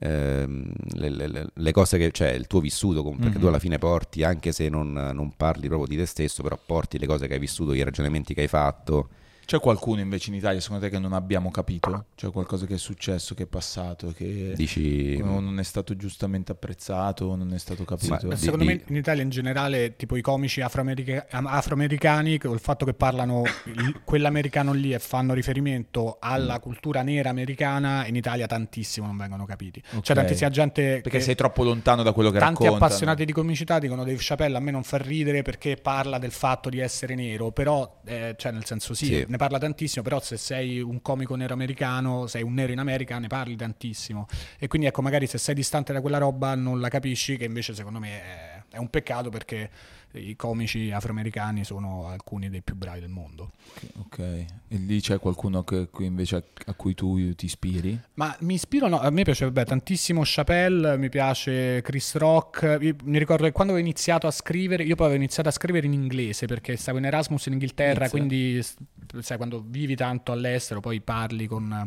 le cose che, cioè il tuo vissuto, perché tu alla fine porti, anche se non parli proprio di te stesso, però porti le cose che hai vissuto, i ragionamenti che hai fatto. C'è qualcuno invece in Italia, secondo te, che non abbiamo capito? C'è qualcosa che è successo, che è passato, che Dici, non è stato giustamente apprezzato, non è stato capito? Ma Secondo me in Italia in generale, tipo i comici afroamericani, il fatto che parlano quell'americano lì e fanno riferimento alla cultura nera americana, in Italia tantissimo non vengono capiti. Ok. C'è tantissima gente Perché che, sei troppo lontano da quello che tanti raccontano. appassionati di comicità dicono Dave Chappelle a me non fa ridere perché parla del fatto di essere nero, però cioè nel senso Sì. ne parla tantissimo, però se sei un comico nero americano, sei un nero in America, ne parli tantissimo. E quindi ecco, magari se sei distante da quella roba non la capisci, che invece secondo me è un peccato perché i comici afroamericani sono alcuni dei più bravi del mondo. Ok, e lì c'è qualcuno che invece a cui tu ti ispiri? Ma mi ispiro, no, a me piace tantissimo Chappelle, mi piace Chris Rock. Mi ricordo che quando ho iniziato a scrivere, io poi avevo iniziato a scrivere in inglese perché stavo in Erasmus in Inghilterra, quindi sai, quando vivi tanto all'estero poi parli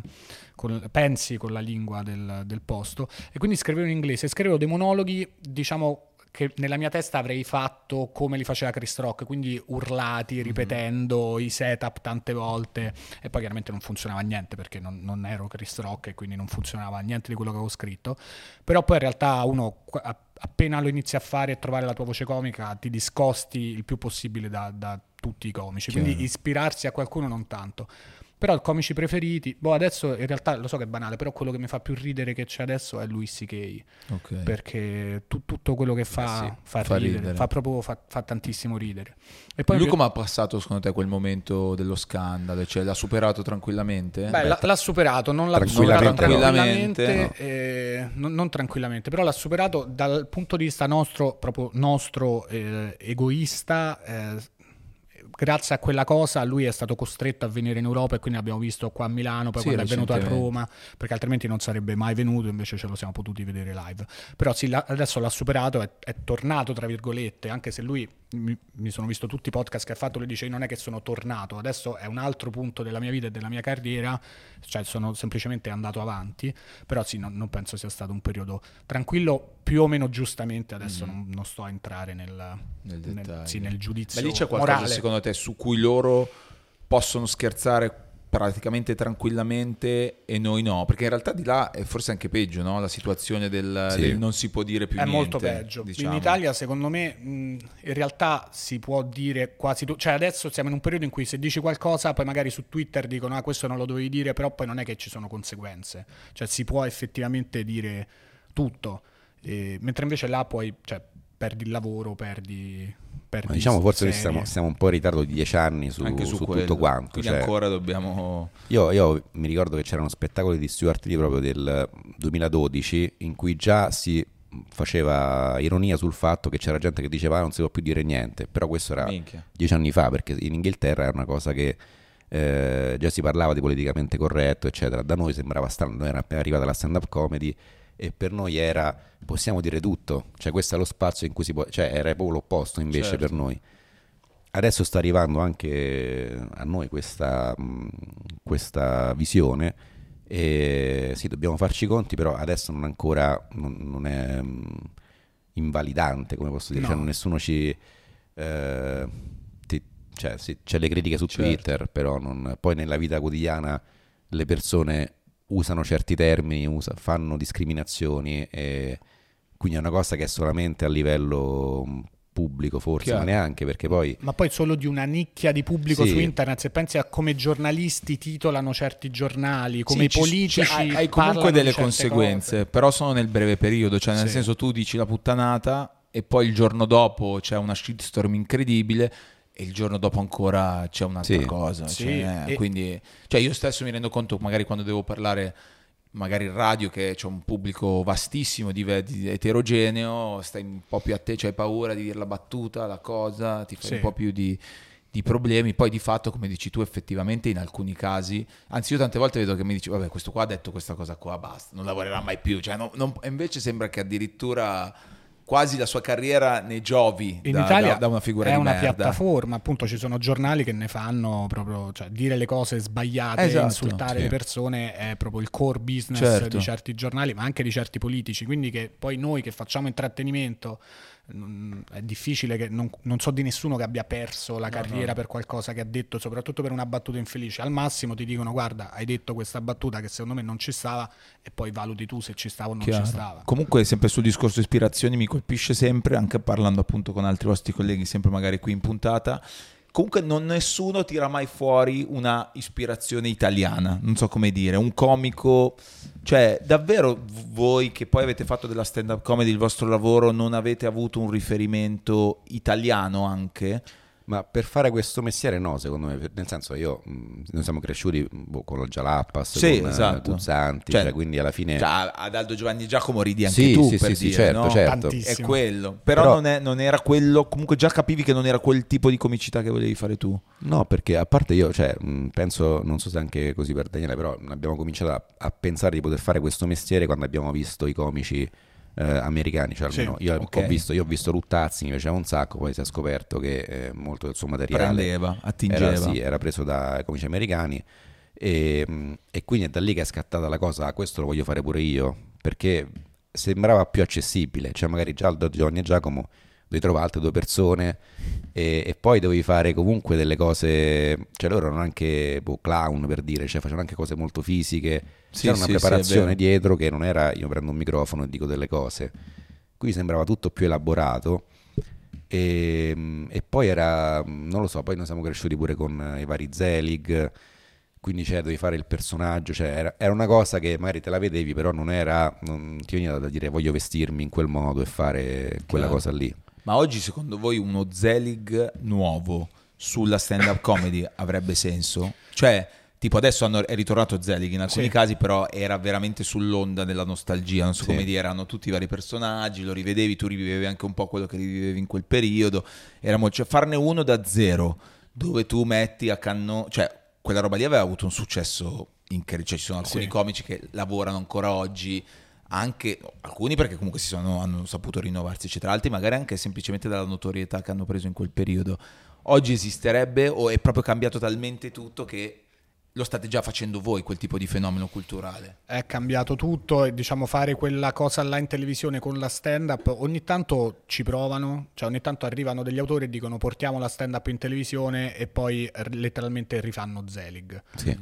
pensi con la lingua del posto, e quindi scrivevo in inglese, scrivevo dei monologhi, diciamo, che nella mia testa avrei fatto come li faceva Chris Rock, quindi urlati, ripetendo i setup tante volte, e poi chiaramente non funzionava niente perché non ero Chris Rock e quindi non funzionava niente di quello che avevo scritto. Però poi in realtà uno appena lo inizi a fare e trovare la tua voce comica ti discosti il più possibile da tutti i comici, quindi ispirarsi a qualcuno non tanto. Però i comici preferiti, adesso in realtà lo so che è banale, però quello che mi fa più ridere che c'è adesso è Louis C.K. Ok. Perché tutto quello che fa fa fa ridere, ridere. fa tantissimo ridere. E poi Lui come ha passato secondo te quel momento dello scandalo? Cioè l'ha superato tranquillamente? l'ha superato, non l'ha Tranquillamente superato no. tranquillamente, non tranquillamente, però l'ha superato dal punto di vista nostro, proprio nostro, egoista. Grazie a quella cosa lui è stato costretto a venire in Europa e quindi l'abbiamo visto qua a Milano, poi Sì, quando è venuto a recentemente. Roma, perché altrimenti non sarebbe mai venuto, invece ce lo siamo potuti vedere live. Però sì, adesso l'ha superato, è tornato tra virgolette, anche se lui, mi sono visto tutti i podcast che ha fatto, lui dice non è che sono tornato, adesso è un altro punto della mia vita e della mia carriera, cioè sono semplicemente andato avanti, però sì, non penso sia stato un periodo tranquillo, più o meno giustamente, adesso non sto a entrare nel dettaglio. nel giudizio Ma lì c'è qualcosa morale. secondo te su cui loro possono scherzare praticamente tranquillamente e noi no? Perché in realtà di là è forse anche peggio, no? La situazione del non si può dire più È niente. molto peggio. Diciamo. In Italia, secondo me, in realtà si può dire quasi tutto. Cioè, adesso siamo in un periodo in cui se dici qualcosa, poi magari su Twitter dicono questo non lo dovevi dire, però poi non è che ci sono conseguenze. Cioè, si può effettivamente dire tutto. Mentre invece là poi, cioè, perdi il lavoro, perdi Ma diciamo forse noi serie. stiamo un po' in ritardo di 10 anni su Anche su quello. tutto quanto. Quindi Cioè, ancora dobbiamo... io mi ricordo che c'erano spettacoli di Stuart Lee proprio del 2012 in cui già si faceva ironia sul fatto che c'era gente che diceva non si può più dire niente, però questo era Minchia. 10 anni fa, perché in Inghilterra era una cosa che già si parlava di politicamente corretto eccetera. Da noi sembrava strano, noi era appena arrivata la stand up comedy e per noi era possiamo dire tutto, cioè questo è lo spazio in cui si può, cioè era proprio l'opposto invece Certo. per noi. Adesso sta arrivando anche a noi questa visione e sì, dobbiamo farci i conti, però adesso non ancora non è invalidante, come posso dire, No. cioè, nessuno ci cioè, sì, c'è le critiche su Certo. Twitter, però poi nella vita quotidiana le persone usano certi termini, fanno discriminazioni e quindi è una cosa che è solamente a livello pubblico forse, Chiaro. ma neanche, perché poi Ma poi solo di una nicchia di pubblico Sì. su internet, se pensi a come i giornalisti titolano certi giornali, come Sì, i politici hai parlano comunque di delle certe conseguenze, cose. però sono nel breve periodo, cioè nel Sì. senso tu dici la puttanata e poi il giorno dopo c'è una shitstorm incredibile e il giorno dopo ancora c'è un'altra Sì. cosa, Sì, cioè, e- quindi cioè io stesso mi rendo conto magari quando devo parlare magari in radio che c'è un pubblico vastissimo di eterogeneo, stai un po' più a te, c'hai paura di dire la battuta, la cosa, ti fai Sì. un po' più di di problemi. Poi di fatto, come dici tu, effettivamente in alcuni casi, anzi io tante volte vedo che mi dici vabbè, questo qua ha detto questa cosa qua, basta, non lavorerà mai più, cioè e invece sembra che addirittura quasi la sua carriera ne giovi in Italia da una figura è di una merda. piattaforma, appunto ci sono giornali che ne fanno proprio, cioè dire le cose sbagliate, Esatto, insultare sì. le persone è proprio il core business Certo. di certi giornali, ma anche di certi politici, quindi che poi noi che facciamo intrattenimento è difficile che non so di nessuno che abbia perso la carriera per qualcosa che ha detto, soprattutto per una battuta infelice. Al massimo ti dicono guarda, hai detto questa battuta che secondo me non ci stava, e poi valuti tu se ci stava o non Chiaro. ci stava. Comunque sempre sul discorso ispirazioni mi colpisce sempre, anche parlando appunto con altri vostri colleghi, sempre magari qui in puntata, comunque nessuno tira mai fuori una ispirazione italiana, non so come dire, un comico, cioè davvero voi che poi avete fatto della stand-up comedy il vostro lavoro non avete avuto un riferimento italiano anche? Ma per fare questo mestiere no, secondo me, nel senso noi siamo cresciuti con la Jalappas, Sì, con esatto. Guzzanti, Cioè, cioè, quindi alla fine... Cioè, ad Aldo Giovanni e Giacomo ridi anche Sì, tu, sì, per sì, dire, certo, no? certo. Tantissimo. È quello, però non era quello, comunque già capivi che non era quel tipo di comicità che volevi fare tu. No, perché a parte io, cioè, penso, non so se anche così per Daniele, però abbiamo cominciato a pensare di poter fare questo mestiere quando abbiamo visto i comici americani, cioè almeno Sì, io ok. ho visto Luttazzi, mi piaceva un sacco, poi si è scoperto che molto del suo materiale Prendeva, attingeva. era preso dai comici americani e quindi è da lì che è scattata la cosa, questo lo voglio fare pure io, perché sembrava più accessibile, cioè magari già Aldo, Giovanni e Giacomo dovevi trovare altre due persone e poi dovevi fare comunque delle cose, cioè loro erano anche clown per dire, cioè facevano anche cose molto fisiche, Sì, c'era una sì, sì, è preparazione vero. dietro che non era io prendo un microfono e dico delle cose, qui sembrava tutto più elaborato e poi era, non lo so, poi noi siamo cresciuti pure con i vari Zelig, quindi dovevi fare il personaggio, cioè era una cosa che magari te la vedevi, però non ti veniva da dire voglio vestirmi in quel modo e fare quella Chiaro. cosa lì. Ma oggi secondo voi uno Zelig nuovo sulla stand-up comedy avrebbe senso? Cioè, tipo adesso è ritornato Zelig in alcuni Sì. casi, però era veramente sull'onda della nostalgia, non so Sì. come dire, erano tutti i vari personaggi, lo rivedevi, tu rivivevi anche un po' quello che rivivevi in quel periodo, cioè farne uno da zero, dove tu metti a canno, cioè quella roba lì aveva avuto un successo incredibile, cioè ci sono alcuni Sì. comici che lavorano ancora oggi, anche alcuni perché comunque hanno saputo rinnovarsi eccetera, altri magari anche semplicemente dalla notorietà che hanno preso in quel periodo. Oggi esisterebbe o è proprio cambiato talmente tutto che lo state già facendo voi quel tipo di fenomeno culturale? È cambiato tutto e diciamo fare quella cosa là in televisione con la stand-up, ogni tanto ci provano, cioè ogni tanto arrivano degli autori e dicono portiamo la stand-up in televisione e poi letteralmente rifanno Zelig. Sì.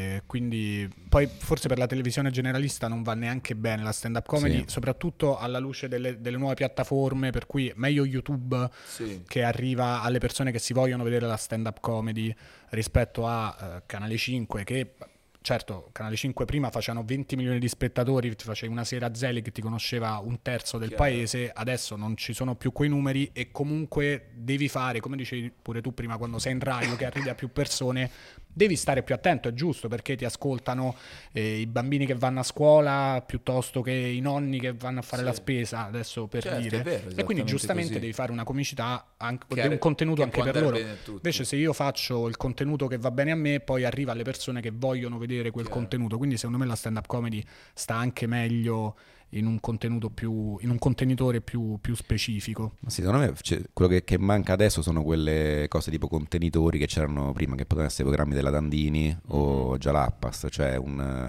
Quindi poi forse per la televisione generalista non va neanche bene la stand-up comedy, Sì. soprattutto alla luce delle nuove piattaforme, per cui meglio YouTube che arriva alle persone che si vogliono vedere la stand-up comedy rispetto a Canale 5 che certo Canale 5 prima facevano 20 milioni di spettatori, ti facevi una sera Zelig che ti conosceva un terzo del paese, adesso non ci sono più quei numeri e comunque devi fare, come dicevi pure tu prima quando sei in radio che arrivi a più persone, devi stare più attento, è giusto, perché ti ascoltano i bambini che vanno a scuola piuttosto che i nonni che vanno a fare Sì. la spesa, adesso per Certo, dire, è vero, e quindi esattamente giustamente così. devi fare una comicità, anche, Che un contenuto che anche può per andare loro. bene a tutti. Invece se io faccio il contenuto che va bene a me, poi arriva alle persone che vogliono vedere quel Chiaro. contenuto, quindi secondo me la stand-up comedy sta anche meglio in un contenuto più, in un contenitore più specifico. Ma sì, secondo me quello che manca adesso sono quelle cose tipo contenitori che c'erano prima, che potevano essere programmi della Dandini o Jalappas, cioè un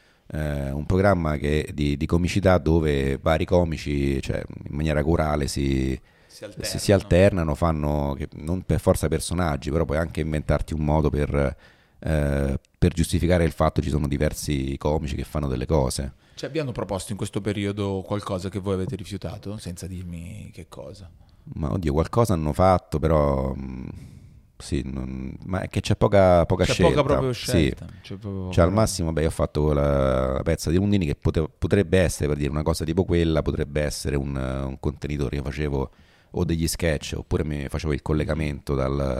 programma di comicità dove vari comici, cioè in maniera corale si alternano, fanno non per forza personaggi, però puoi anche inventarti un modo per giustificare il fatto che ci sono diversi comici che fanno delle cose. Cioè, vi hanno proposto in questo periodo qualcosa che voi avete rifiutato, senza dirmi che cosa? Ma oddio, qualcosa hanno fatto, però sì, ma è che c'è poca C'è scelta. poca proprio Sì. scelta. C'è proprio Cioè al massimo, io ho fatto la pezza di Lundini che potrebbe essere, per dire una cosa tipo quella, potrebbe essere un contenitore. Io facevo o degli sketch oppure mi facevo il collegamento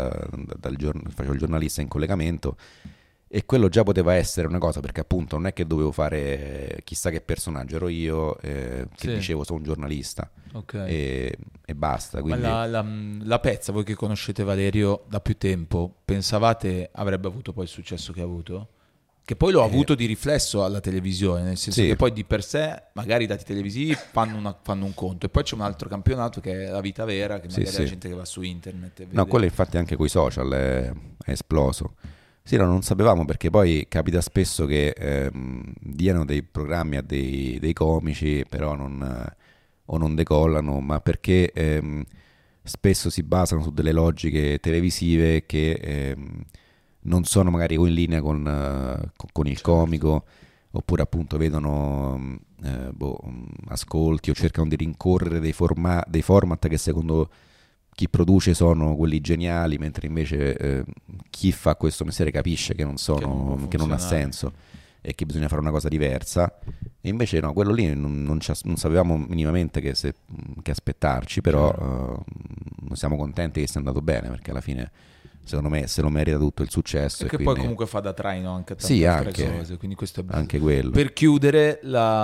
facevo il giornalista in collegamento. E quello già poteva essere una cosa, perché appunto non è che dovevo fare chissà che personaggio, ero io che Sì. dicevo sono un giornalista. Ok. e basta. Quindi... Ma la Pezza, voi che conoscete Valerio da più tempo, pensavate avrebbe avuto poi il successo che ha avuto? Che poi lo ha avuto di riflesso alla televisione, nel senso Sì. che poi di per sé magari i dati televisivi fanno un conto, e poi c'è un altro campionato che è la vita vera, che magari Sì, è la sì. gente che va su internet e vede. No, quello infatti anche coi social è esploso. Sì, no, non sapevamo, perché poi capita spesso che diano dei programmi a dei comici, però o non decollano, ma perché spesso si basano su delle logiche televisive che non sono magari o in linea con il comico, oppure appunto vedono ascolti o cercano di rincorrere dei format che secondo chi produce sono quelli geniali, mentre invece chi fa questo mestiere capisce che non ha senso e che bisogna fare una cosa diversa. E invece no, quello lì non sapevamo minimamente che aspettarci, però siamo contenti che sia andato bene, perché alla fine secondo me se lo merita tutto il successo. E che quindi... poi comunque fa da traino anche a tante sì, altre anche, cose, quindi questo è bello. anche quello. Per chiudere,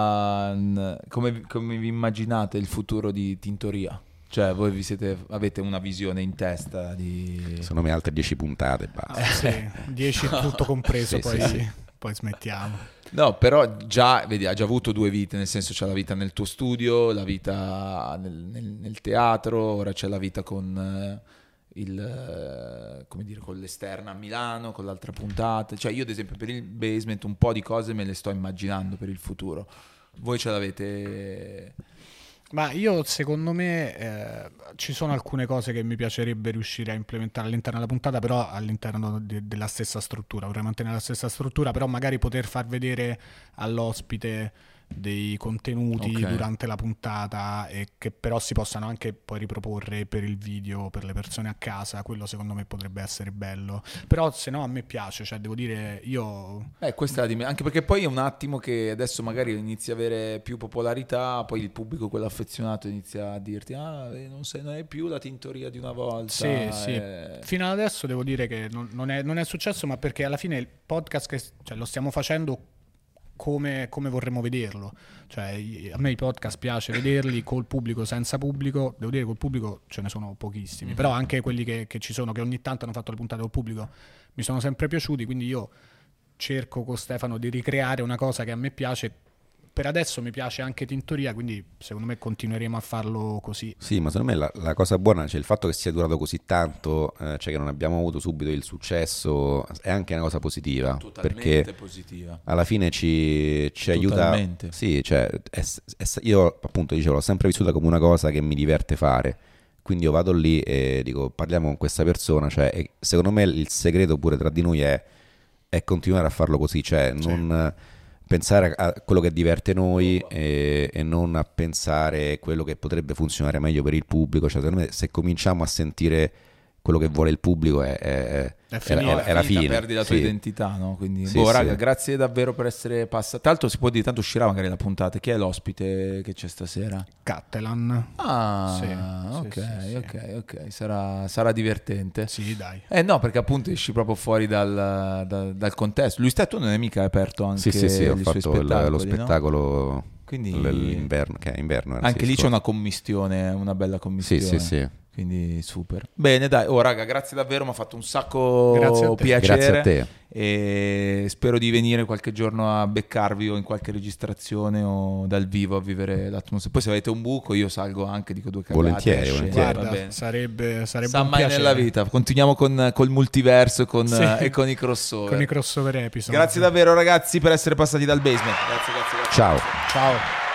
come vi immaginate il futuro di Tintoria? Cioè voi avete una visione in testa di... Secondo me altre 10 puntate basta. Sì, 10 tutto compreso, Sì, poi, sì. poi smettiamo. No, però già, vedi, ha già avuto due vite, nel senso c'è la vita nel tuo studio, la vita nel teatro, ora c'è la vita con con l'esterna a Milano, con l'altra puntata. Cioè io ad esempio per il Basement un po' di cose me le sto immaginando per il futuro. Voi ce l'avete... Ma io, secondo me, ci sono alcune cose che mi piacerebbe riuscire a implementare all'interno della puntata, però all'interno della stessa struttura. Vorrei mantenere la stessa struttura, però magari poter far vedere all'ospite dei contenuti durante la puntata, e che però si possano anche poi riproporre per il video per le persone a casa. Quello secondo me potrebbe essere bello, però se no a me piace, cioè devo dire io questa è anche perché poi è un attimo che adesso magari inizia a avere più popolarità, poi il pubblico, quello affezionato, inizia a dirti non è più la Tintoria di una volta. Sì. Fino ad adesso devo dire che non è successo, ma perché alla fine il podcast lo stiamo facendo come vorremmo vederlo. Cioè a me i podcast piace vederli col pubblico, senza pubblico. Devo dire che col pubblico ce ne sono pochissimi, però anche quelli che ci sono, che ogni tanto hanno fatto le puntate col pubblico, mi sono sempre piaciuti, quindi io cerco con Stefano di ricreare una cosa che a me piace. Per adesso mi piace anche Tintoria, quindi secondo me continueremo a farlo così. Sì, ma secondo me la cosa buona, cioè il fatto che sia durato così tanto, cioè che non abbiamo avuto subito il successo, è anche una cosa positiva. Totalmente perché positiva. alla fine ci aiuta. Sì, cioè, io appunto dicevo, l'ho sempre vissuta come una cosa che mi diverte fare. Quindi io vado lì e dico, parliamo con questa persona, cioè, e secondo me il segreto pure tra di noi è continuare a farlo così, cioè non pensare a quello che diverte noi e non a pensare quello che potrebbe funzionare meglio per il pubblico. Cioè, secondo me, se cominciamo a sentire quello che vuole il pubblico è la fine. Perdi la tua identità, no? Quindi, sì, raga, grazie davvero per essere passati. Tra l'altro si può dire, tanto uscirà magari la puntata. Chi è l'ospite che c'è stasera? Cattelan. Ok. Sarà divertente. Sì, dai. No, perché appunto esci proprio fuori dal contesto. Lui stesso non è mica aperto anche sì, ho gli fatto suoi spettacoli, lo spettacolo, no? Quindi l'inverno, che è inverno era, anche lì c'è una commissione, una bella commissione. Sì. Quindi super. Bene, dai, raga, grazie davvero, mi ha fatto un sacco piacere. Grazie a te. E spero di venire qualche giorno a beccarvi o in qualche registrazione o dal vivo a vivere l'atmosfera. Poi se avete un buco io salgo anche, dico due cagate. Volentieri. Guarda, sarebbe Sa un mai piacere. nella vita. Continuiamo col multiverso e con i crossover. Con i crossover episodi. Grazie davvero ragazzi per essere passati dal Basement. Grazie. Ciao. Ciao.